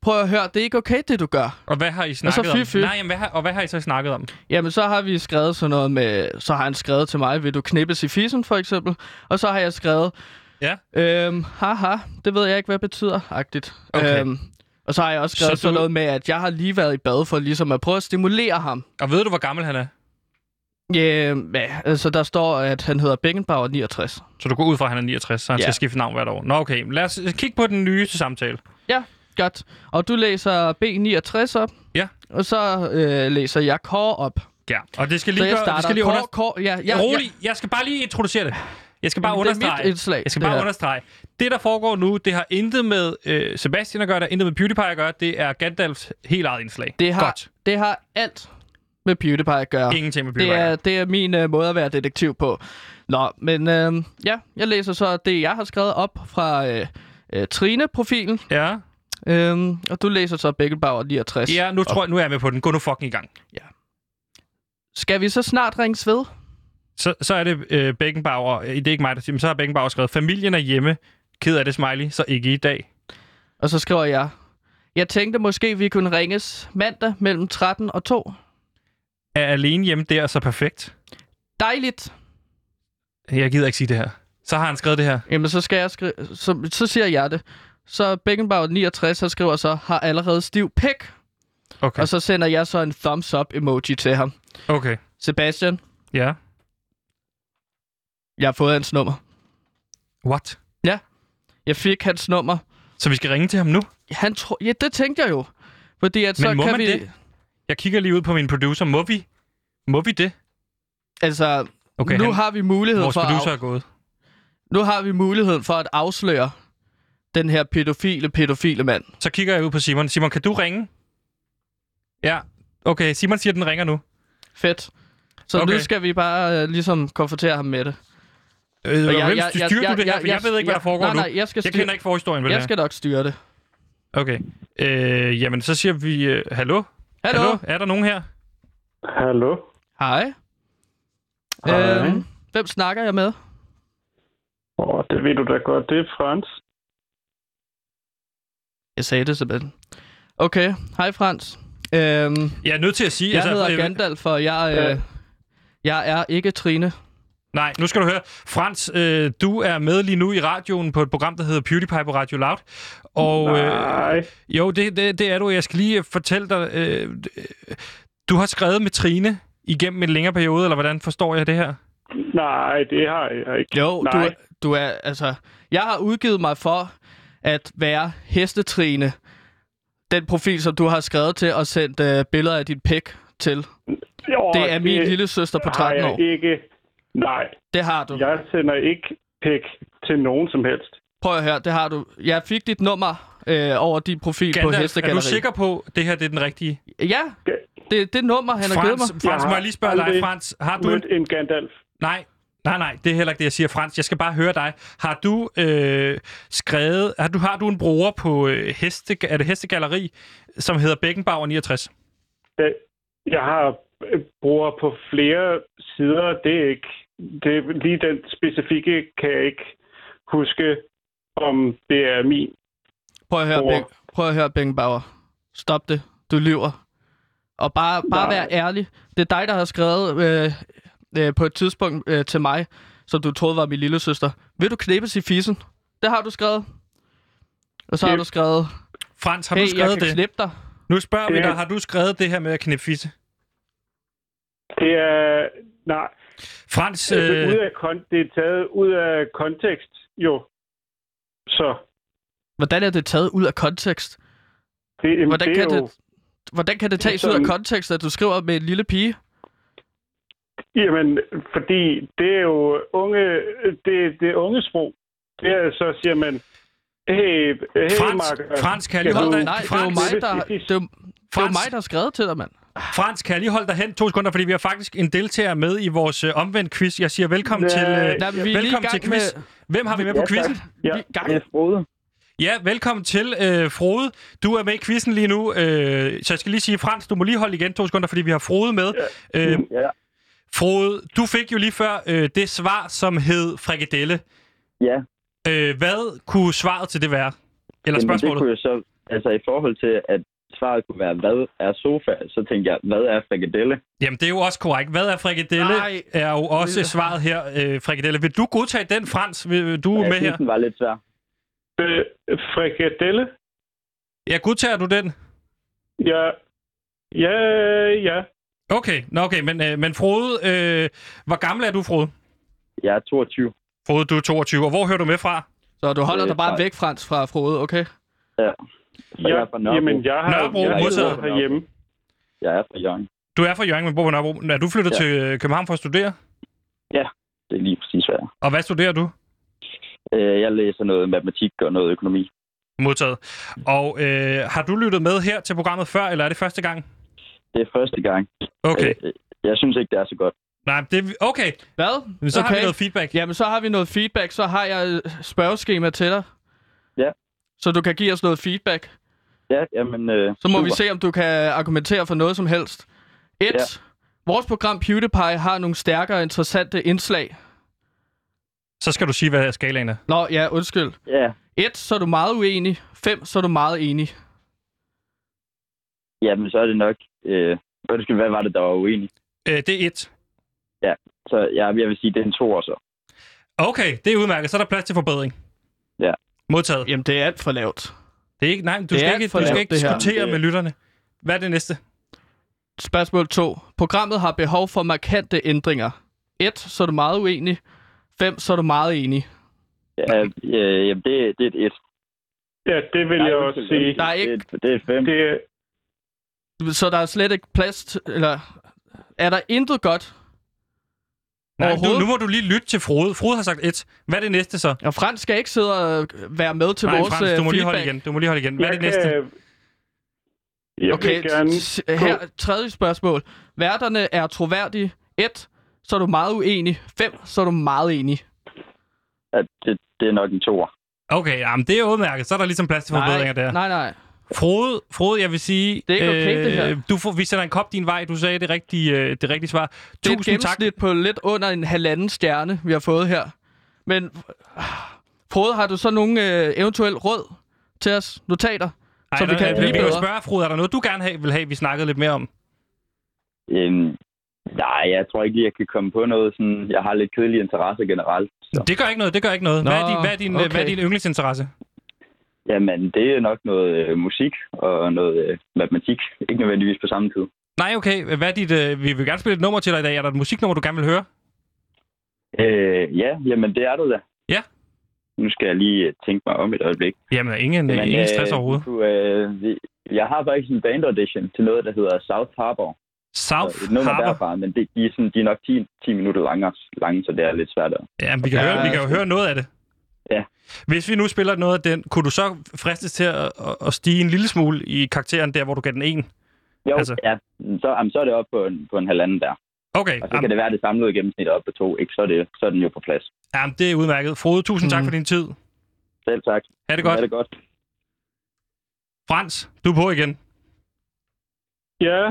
S2: prøv at høre, det er ikke okay, det du gør.
S1: Og hvad har I snakket om?
S2: Fy.
S1: Nej, jamen, hvad har I så snakket om?
S2: Jamen, så har vi skrevet sådan noget med... Så har han skrevet til mig, vil du knippes i fissen, for eksempel? Og så har jeg skrevet...
S1: Ja.
S2: Haha, det ved jeg ikke, hvad betyder, agtigt.
S1: Okay.
S2: Og så har jeg også skrevet sådan noget med, at jeg har lige været i bad for ligesom at prøve at stimulere ham.
S1: Og ved du, hvor gammel han er?
S2: Ja, altså der står, at han hedder Beckenbauer 69.
S1: Så du går ud fra, at han er 69, så han skal skifte navn hvert år. Nå, okay. Lad os kigge på den nye samtale.
S2: Ja, godt. Og du læser B69 op.
S1: Ja.
S2: Og så læser jeg Kåre op.
S1: Ja, og det skal lige
S2: så jeg starter
S1: Kåre. Rolig, jeg skal bare lige introducere det. Jeg skal bare understrege. Det, der foregår nu, det har intet med Sebastian at gøre, det har intet med PewDiePie at gøre. Det er Gandalfs helt eget indslag.
S2: Det har alt med PewDiePie at gøre.
S1: Ingenting med PewDiePie.
S2: Det er min måde at være detektiv på. Nå, men jeg læser så det, jeg har skrevet op fra Trine-profilen.
S1: Ja.
S2: Og du læser så Beckenbauer 69.
S1: Ja, nu er jeg med på den. Gå nu fucking i gang.
S2: Ja. Skal vi så snart ringes ved?
S1: Så er det Beckenbauer. Det er ikke mig, der siger, men så har Beckenbauer skrevet, familien er hjemme. Ked af det, smiley. Så ikke i dag.
S2: Og så skriver jeg tænkte måske, vi kunne ringes mandag mellem 13 og 2.
S1: Er alene hjemme der så perfekt?
S2: Dejligt.
S1: Jeg gider ikke sige det her. Så har han skrevet det her.
S2: Jamen, så skal jeg skrive... Så siger jeg det. Så Beckenbauer 69, så skriver så, har allerede stiv pæk.
S1: Okay.
S2: Og så sender jeg så en thumbs up emoji til ham.
S1: Okay.
S2: Sebastian.
S1: Ja?
S2: Jeg har fået hans nummer.
S1: What?
S2: Ja. Jeg fik hans nummer.
S1: Så vi skal ringe til ham nu?
S2: Ja, det tænkte jeg jo. Fordi at så
S1: men må
S2: kan
S1: man
S2: vi...
S1: det? Jeg kigger lige ud på min producer. Må vi det?
S2: Altså, okay, nu har vi mulighed
S1: vores producer er gået.
S2: Nu har vi muligheden for at afsløre den her pædofile mand.
S1: Så kigger jeg ud på Simon. Simon, kan du ringe? Ja. Okay, Simon siger, at den ringer nu.
S2: Fedt. Så okay. Nu skal vi bare ligesom konfrontere ham med det.
S1: Styrer du det her? Jeg ved ikke, hvad der foregår nu.
S2: Jeg
S1: kender ikke forhistorien ved det her.
S2: Jeg skal nok styre det.
S1: Okay. Jamen, så siger vi... Hallo?
S2: Hallo?
S1: Er der nogen her?
S6: Hallo?
S2: Hej. Hvem snakker jeg med?
S6: Det ved du da godt. Det er Frans.
S2: Jeg sagde det simpelthen. Okay. Hej, Frans.
S1: Jeg er nødt til at sige...
S2: Jeg hedder Gandalf, og jeg er ikke Trine.
S1: Nej, nu skal du høre. Frans, du er med lige nu i radioen på et program, der hedder PewDiePie på Radio Loud. Og,
S6: nej.
S1: Jo, det er du. Jeg skal lige fortælle dig... du har skrevet med Trine igennem en længere periode, eller hvordan forstår jeg det her?
S6: Nej, det har jeg ikke.
S2: Jo, du er... Altså, jeg har udgivet mig for at være Hestetrine. Den profil, som du har skrevet til og sendt billeder af dit pæk til.
S6: Jo,
S2: det er min lille søster på 13 år.
S6: Ikke. Nej.
S2: Det har du.
S6: Jeg sender ikke pæk til nogen som helst.
S2: Prøv at høre, det har du. Jeg fik dit nummer over din profil
S1: Gandalf,
S2: på Hestegalleri.
S1: er du sikker på, at det her det er den rigtige?
S2: Ja, det nummer, han har givet mig.
S1: Frans, må jeg lige spørge dig, Frans. Har du
S6: en Gandalf?
S1: Nej, det er heller ikke det, jeg siger, Frans. Jeg skal bare høre dig. Har du skrevet... Har du en bruger på Hestegalleri, som hedder Beckenbauer 69?
S6: Jeg har bruger på flere sider. Det er ikke... lige den specifikke kan jeg ikke huske, om det er min.
S2: Prøv at høre, Beckenbauer. Stop det. Du lyver. Og bare vær ærlig. Det er dig, der har skrevet på et tidspunkt til mig, som du troede var min lille søster. Vil du knippes i fissen? Det har du skrevet. Og så har du skrevet...
S1: Frans, har du skrevet
S2: jeg kan knippe dig.
S1: Nu spørger vi dig, har du skrevet det her med at knippe fisse?
S6: Det er... Nej.
S1: Frans...
S6: det er taget ud af kontekst, jo. Så...
S2: Hvordan er det taget ud af kontekst? Hvordan kan det tages ud af kontekst, at du skriver med en lille pige?
S6: Jamen, fordi det er jo unge sprog. Det er, så siger man, hey
S1: Frans, kan jeg lige holde dig?
S2: Nej, det er jo mig, der har skrevet til dig, mand.
S1: Frans, kan jeg lige holde dig hen 2 sekunder, fordi vi har faktisk en deltager med i vores omvendt quiz. Jeg siger velkommen til quiz. Hvem har vi med på quizzen?
S6: Ja, det er Frode.
S1: Ja, velkommen til, Frode. Du er med i quizzen lige nu, så jeg skal lige sige, Frans, du må lige holde igen 2 sekunder, fordi vi har Frode med.
S6: Ja.
S1: Frode, du fik jo lige før det svar, som hed frikadelle.
S7: Ja.
S1: Hvad kunne svaret til det være? Eller spørgsmålet?
S7: Altså i forhold til, at svaret kunne være, hvad er sofa, så tænkte jeg, hvad er frikadelle?
S1: Jamen, det er jo også korrekt. Hvad er frikadelle?
S2: Nej.
S1: Er jo også svaret her, frikadelle. Vil du godtage den, Frans? Vil du med
S7: Jeg
S1: her?
S7: synes, den var lidt svær.
S6: Frikadelle?
S1: Ja, godtager du den?
S6: Ja.
S1: Okay, men Frode, hvor gammel er du, Frode?
S7: Jeg er 22.
S1: Frode, du er 22, og hvor hører du med fra?
S2: Så du holder dig bare væk, Frans, fra Frode, okay?
S7: Ja. Jeg er fra Nørrebro.
S6: Jamen, jeg
S1: Nørrebro,
S6: sidder herhjemme.
S7: Jeg er fra Hjørring.
S1: Du er fra Hjørring, men bor på Nørrebro. Er du flyttet til København for at studere?
S7: Ja, det er lige præcis, hvad jeg er.
S1: Og hvad studerer du?
S7: Jeg læser noget matematik og noget økonomi.
S1: Modtaget. Og har du lyttet med her til programmet før, eller er det første gang?
S7: Det er første gang.
S1: Okay.
S7: Jeg synes ikke, det er så godt.
S1: Nej, det okay.
S2: Hvad?
S1: Men så
S2: okay.
S1: har vi noget feedback.
S2: Jamen, så har vi noget feedback. Så har jeg et spørgeskema til dig.
S7: Ja.
S2: Så du kan give os noget feedback.
S7: Ja, jamen...
S2: Så må
S7: super.
S2: vi se, om du kan argumentere for noget som helst. Vores program PewDiePie har nogle stærkere interessante indslag.
S1: Så skal du sige, hvad skalaen er.
S2: Nå, ja, undskyld.
S7: Ja.
S2: 1, så er du meget uenig. 5, så er du meget enig.
S7: Jamen, så er det nok... Undskyld, hvad var det, der var uenig?
S1: Det er 1.
S7: Ja, så jeg vil sige, det er en 2 så.
S1: Okay, det er udmærket. Så er der plads til forbedring.
S7: Ja.
S1: Modtaget.
S2: Jamen, det er alt for lavt.
S1: Det er ikke, nej, du skal ikke diskutere med lytterne. Hvad er det næste?
S2: Spørgsmål 2. Programmet har behov for markante ændringer. 1, så er du meget uenig. 5, så er du meget enig.
S7: Ja, jamen, det er et 1.
S6: Ja, det vil jeg også sige.
S2: Der er ikke...
S7: Det er et 5.
S2: Så der er slet ikke plads til... Eller... Er der intet godt?
S1: Nej, nu må du lige lytte til Frode. Frode har sagt 1. Hvad er det næste så?
S2: Og Frans skal ikke sidde og være med til vores
S1: Frans, du må lige
S2: feedback.
S1: holde igen. Hvad er det næste?
S2: Okay, her tredje spørgsmål. Værterne er troværdige. 1, så er du meget uenig. 5, så er du meget enig.
S7: Ja, det er nok en 2.
S1: Okay, jamen det er udmærket. Så er der ligesom plads til forbedringer der.
S2: Nej.
S1: Frode, jeg vil sige...
S2: Det er ikke okay, det her.
S1: Vi sender en kop din vej. Du sagde det rigtige svar.
S2: Det er et gennemsnit på lidt under en 1,5 stjerne, vi har fået her. Men Frode, har du så nogle eventuelle råd til os? Notater? Så vi kan blive bedre?
S1: Vi kan spørge, Frode, er der noget, du gerne vil have, vi snakkede lidt mere om?
S7: Nej, jeg tror ikke lige, jeg kan komme på noget. Sådan, jeg har lidt kedelig interesse generelt. Så.
S1: Det gør ikke noget. Hvad er din yndlingsinteresse?
S7: Jamen, det er nok noget musik og noget matematik. Ikke nødvendigvis på samme tid.
S1: Nej, okay. Hvad er dit, vi vil gerne spille et nummer til dig i dag. Er der et musiknummer, du gerne vil høre?
S7: Ja, jamen det er du da.
S1: Ja.
S7: Nu skal jeg lige tænke mig om et øjeblik.
S1: Jamen, ingen stress overhovedet.
S7: Jeg har faktisk en bandaudition til noget, der hedder South Harbor.
S1: South
S7: Harbor?
S1: Harbor?
S7: Men de er nok 10 minutter lange, så det er lidt svært at...
S1: Ja, vi kan jo høre noget af det.
S7: Ja.
S1: Hvis vi nu spiller noget af den, kunne du så fristes til at stige en lille smule i karakteren der, hvor du gav den 1?
S7: Jo, altså. Ja. Så er det op på en 1,5 der.
S1: Okay.
S7: Og så kan det være det samlede gennemsnit op på 2, ikke? Så er den jo på plads.
S1: Jamen, det er udmærket. Frode, tusind tak for din tid.
S7: Selv tak.
S1: Ha' det godt.
S7: Ha' det godt.
S1: Frans, du er på igen.
S6: Ja.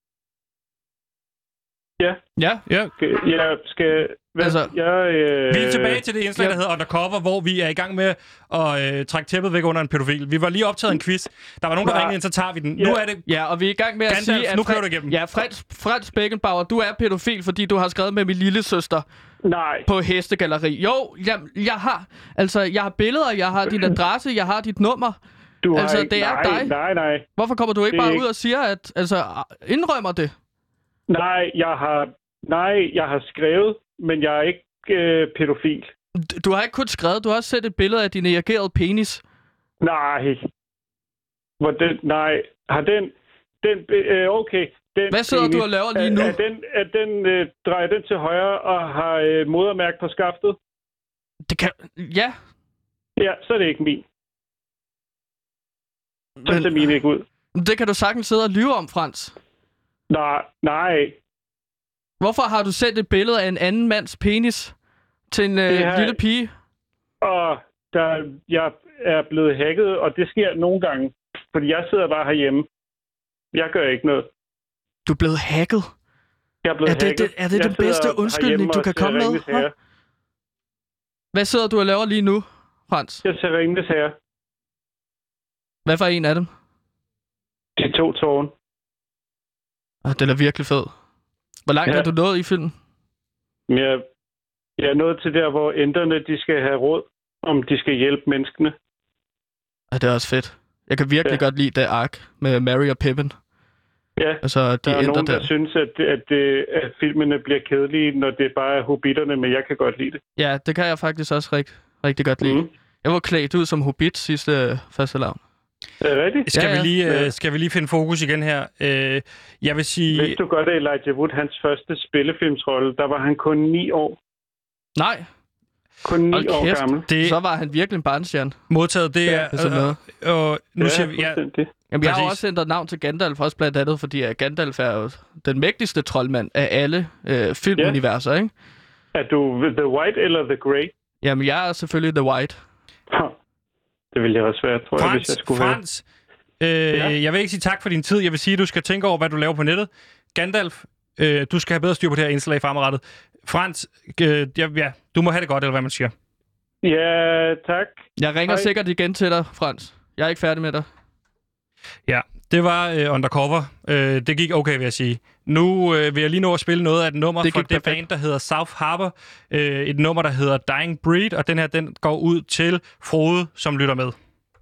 S6: Jeg skal...
S1: Vi er tilbage til det indslag, der hedder Undercover, hvor vi er i gang med at trække tæppet væk under en pædofil. Vi var lige optaget en quiz. Der var nogen, der ringede ind, så tager vi den. Nu er det...
S2: Ja, og vi er i gang med at sige, at...
S1: Nu kører du igennem.
S2: Ja, Frans Beckenbauer, du er pædofil, fordi du har skrevet med min lille søster.
S6: Nej.
S2: På Hestegalleri. Jo, jeg har... Altså, jeg har billeder, jeg har din adresse, jeg har dit nummer.
S6: Du har
S2: altså,
S6: ikke...
S2: det er dig.
S6: Nej.
S2: Hvorfor kommer du ikke bare ud og siger, at... Altså, indrømmer det?
S6: Nej, jeg har skrevet, men jeg er ikke pædofil.
S2: Du har ikke kun skrevet, du har også set et billede af din ejagerede penis.
S6: Nej. Nej. Har den okay.
S2: Hvad sidder du og laver lige nu?
S6: Drejer den til højre og har modermærke på skaftet?
S2: Det kan... Ja.
S6: Ja, så er det ikke min. Så ser min ikke ud.
S2: Det kan du sagtens sidde og lyve om, Frans.
S6: Nej.
S2: Hvorfor har du sendt et billede af en anden mands penis til en lille pige?
S6: Og jeg er blevet hacket, og det sker nogle gange. Fordi jeg sidder bare herhjemme. Jeg gør ikke noget.
S2: Du er blevet hacket?
S6: Jeg er blevet hacket.
S2: Er det den bedste undskyldning, du kan komme med? Hvad sidder du og laver lige nu, Frans?
S6: Jeg ser Ringenes Herre.
S2: Hvad for en af dem?
S6: De 2 tårne.
S2: Den er virkelig fed. Hvor langt er du nået i filmen?
S6: Jeg er nået til der, hvor ænderne de skal have råd, om de skal hjælpe menneskene.
S2: Det er også fedt. Jeg kan virkelig godt lide det ark med Merry og Pippin.
S6: Ja,
S2: altså,
S6: der er nogen, der synes, at filmene bliver kedelige, når det bare er hobitterne, men jeg kan godt lide det.
S2: Ja, det kan jeg faktisk også rigtig godt lide. Jeg var klædt ud som hobbit sidste fastelavn.
S6: Er det rigtigt?
S1: Skal vi lige finde fokus igen her? Jeg vil sige...
S6: Hvis du godt, at Elijah Wood, hans første spillefilmsrolle, der var han kun 9 år.
S2: Nej.
S6: Kun 9 år gammel.
S2: Så var han virkelig en barnestjerne.
S1: Modtaget, det er... Og nu siger vi...
S2: Jamen, jeg har også ændret navn til Gandalf, også blandt andet, fordi Gandalf er jo den mægtigste troldmand af alle filmuniverser, ikke?
S6: Er du The White eller The Grey?
S2: Jamen, jeg er selvfølgelig The White.
S6: Det ville jeg også være, tror jeg, hvis jeg skulle
S1: Frans, jeg vil ikke sige tak for din tid. Jeg vil sige, at du skal tænke over, hvad du laver på nettet. Gandalf, du skal have bedre styr på det her indslag fremadrettet. Frans, du må have det godt, eller hvad man siger.
S6: Ja, tak.
S2: Jeg ringer sikkert igen til dig, Frans. Jeg er ikke færdig med dig.
S1: Ja, det var Undercover. Det gik okay, vil jeg sige. Nu vil jeg lige nå at spille noget af et nummer fra det band, der hedder South Harbor. Et nummer, der hedder Dying Breed, og den går ud til Frode, som lytter med.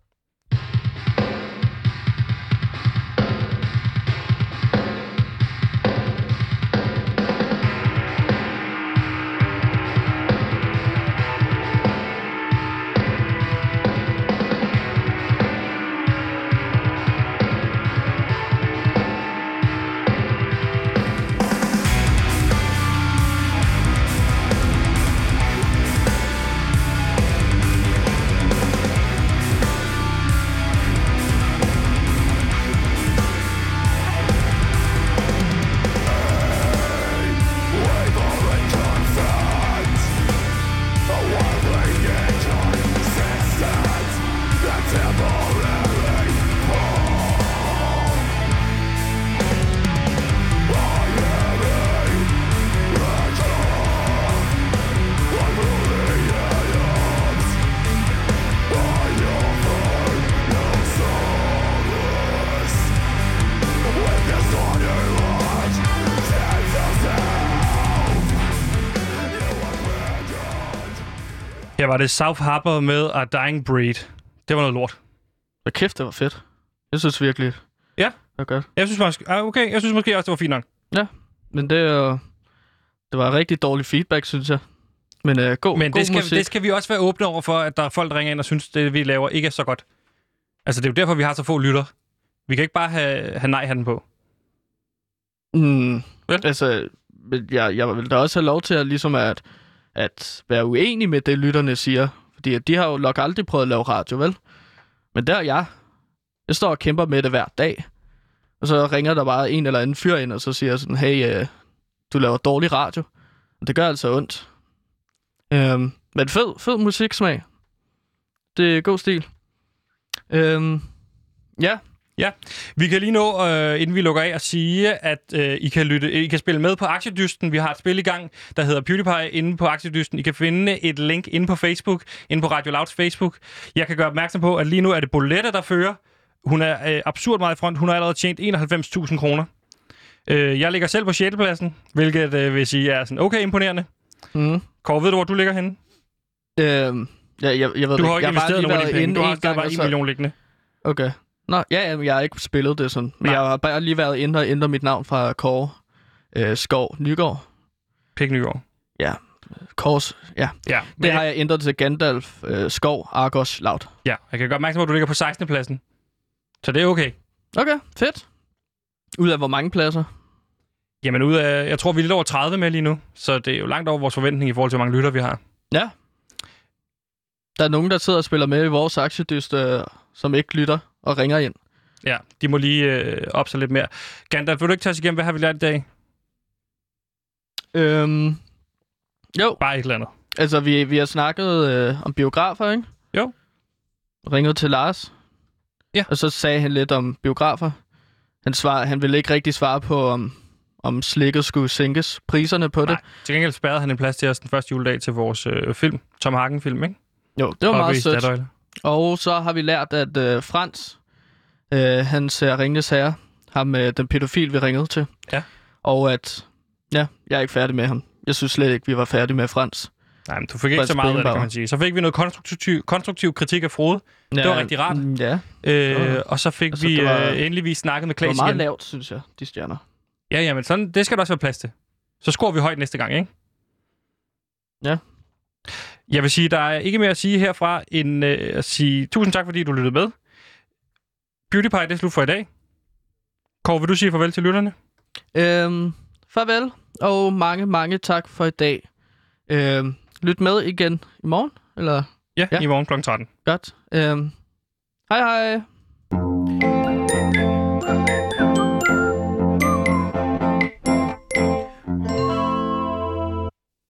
S1: Her var det South Harbor med A Dying Breed. Det var noget lort.
S2: Hvad kæft, det var fedt. Jeg synes virkelig,
S1: det
S2: var godt.
S1: Jeg synes måske også, det var fint nok.
S2: Ja, men det var rigtig dårlig feedback, synes jeg. Men god musik.
S1: Det skal vi også være åbne over for, at der er folk, der ringer ind og synes, det vi laver ikke er så godt. Altså, det er jo derfor, vi har så få lytter. Vi kan ikke bare have nej-hatten på.
S2: Altså, jeg vil da også have lov til at være uenig med det, lytterne siger. Fordi de har jo nok aldrig prøvet at lave radio, vel? Men der jeg står og kæmper med det hver dag. Og så ringer der bare en eller anden fyr ind, og så siger sådan, hey, du laver dårlig radio. Og det gør altså ondt. Men fed musiksmag. Det er god stil.
S1: Ja, vi kan lige nå, inden vi lukker af, at sige, at I kan spille med på Aktiedysten. Vi har et spil i gang, der hedder PewDiePie inde på Aktiedysten. I kan finde et link inde på Facebook, inde på Radio Louds Facebook. Jeg kan gøre opmærksom på, at lige nu er det Bolette, der fører. Hun er absurd meget i front. Hun har allerede tjent 91.000 kroner. Jeg ligger selv på 6. pladsen, hvilket vil sige er sådan okay imponerende. Kåre, ved du, hvor du ligger henne?
S2: Jeg ved
S1: du har ikke investeret nogen af de penge. Du har
S2: stadig
S1: bare 1 million liggende.
S2: Okay. Nå, jeg har ikke spillet det sådan. Men jeg har bare lige været inde og ændret mit navn fra Kåre Skov Nygaard.
S1: Pik Nygaard.
S2: Ja. Kors, ja. Det har jeg ændret til Gandalf Skov Argos Laut.
S1: Ja, jeg kan gøre opmærksom på, at du ligger på 16. pladsen. Så det er okay.
S2: Okay, fedt. Ud af hvor mange pladser?
S1: Jamen ud af, jeg tror, vi er lidt over 30 med lige nu. Så det er jo langt over vores forventning i forhold til, hvor mange lytter vi har.
S2: Ja. Der er nogen, der sidder og spiller med i vores aktiedyst, som ikke lytter og ringer ind.
S1: Ja, de må lige op sig lidt mere. Gandalf, vil du ikke tage os igennem, hvad har vi lært i dag?
S2: Jo.
S1: Bare et eller andet.
S2: Altså, vi har snakket om biografer, ikke?
S1: Jo.
S2: Ringede til Lars.
S1: Ja.
S2: Og så sagde han lidt om biografer. Han ville ikke rigtig svare på, om slikket skulle sænkes priserne på det.
S1: Til gengæld spærrede han en plads til os den første juledag til vores film. Tom Hagen-film, ikke?
S2: Jo, det var meget sødt. Og så har vi lært, at Frans, Han ser Ringenes Herre. Ham den pædofil, vi ringede til.
S1: Ja.
S2: Og at, jeg er ikke færdig med ham. Jeg synes slet ikke, vi var færdige med Frans.
S1: Nej, men du fik ikke så meget af det, kan man sige. Så fik vi noget konstruktiv kritik af Frode. Ja, det var rigtig rart.
S2: Ja.
S1: Og så fik vi endelig snakket med Klaas igen.
S2: Det var meget lavt, synes jeg, de stjerner.
S1: Ja, men sådan, det skal der også være plads til. Så scorer vi højt næste gang, ikke?
S2: Ja.
S1: Jeg vil sige, der er ikke mere at sige herfra, end at sige tusind tak, fordi du lyttede med. PewDiePie, det er slut for i dag. Kåre, vil du sige farvel til lytterne?
S2: Farvel, og mange tak for i dag. Lyt med igen i morgen, eller?
S1: Ja, i morgen kl. 13.
S2: Godt. Hej.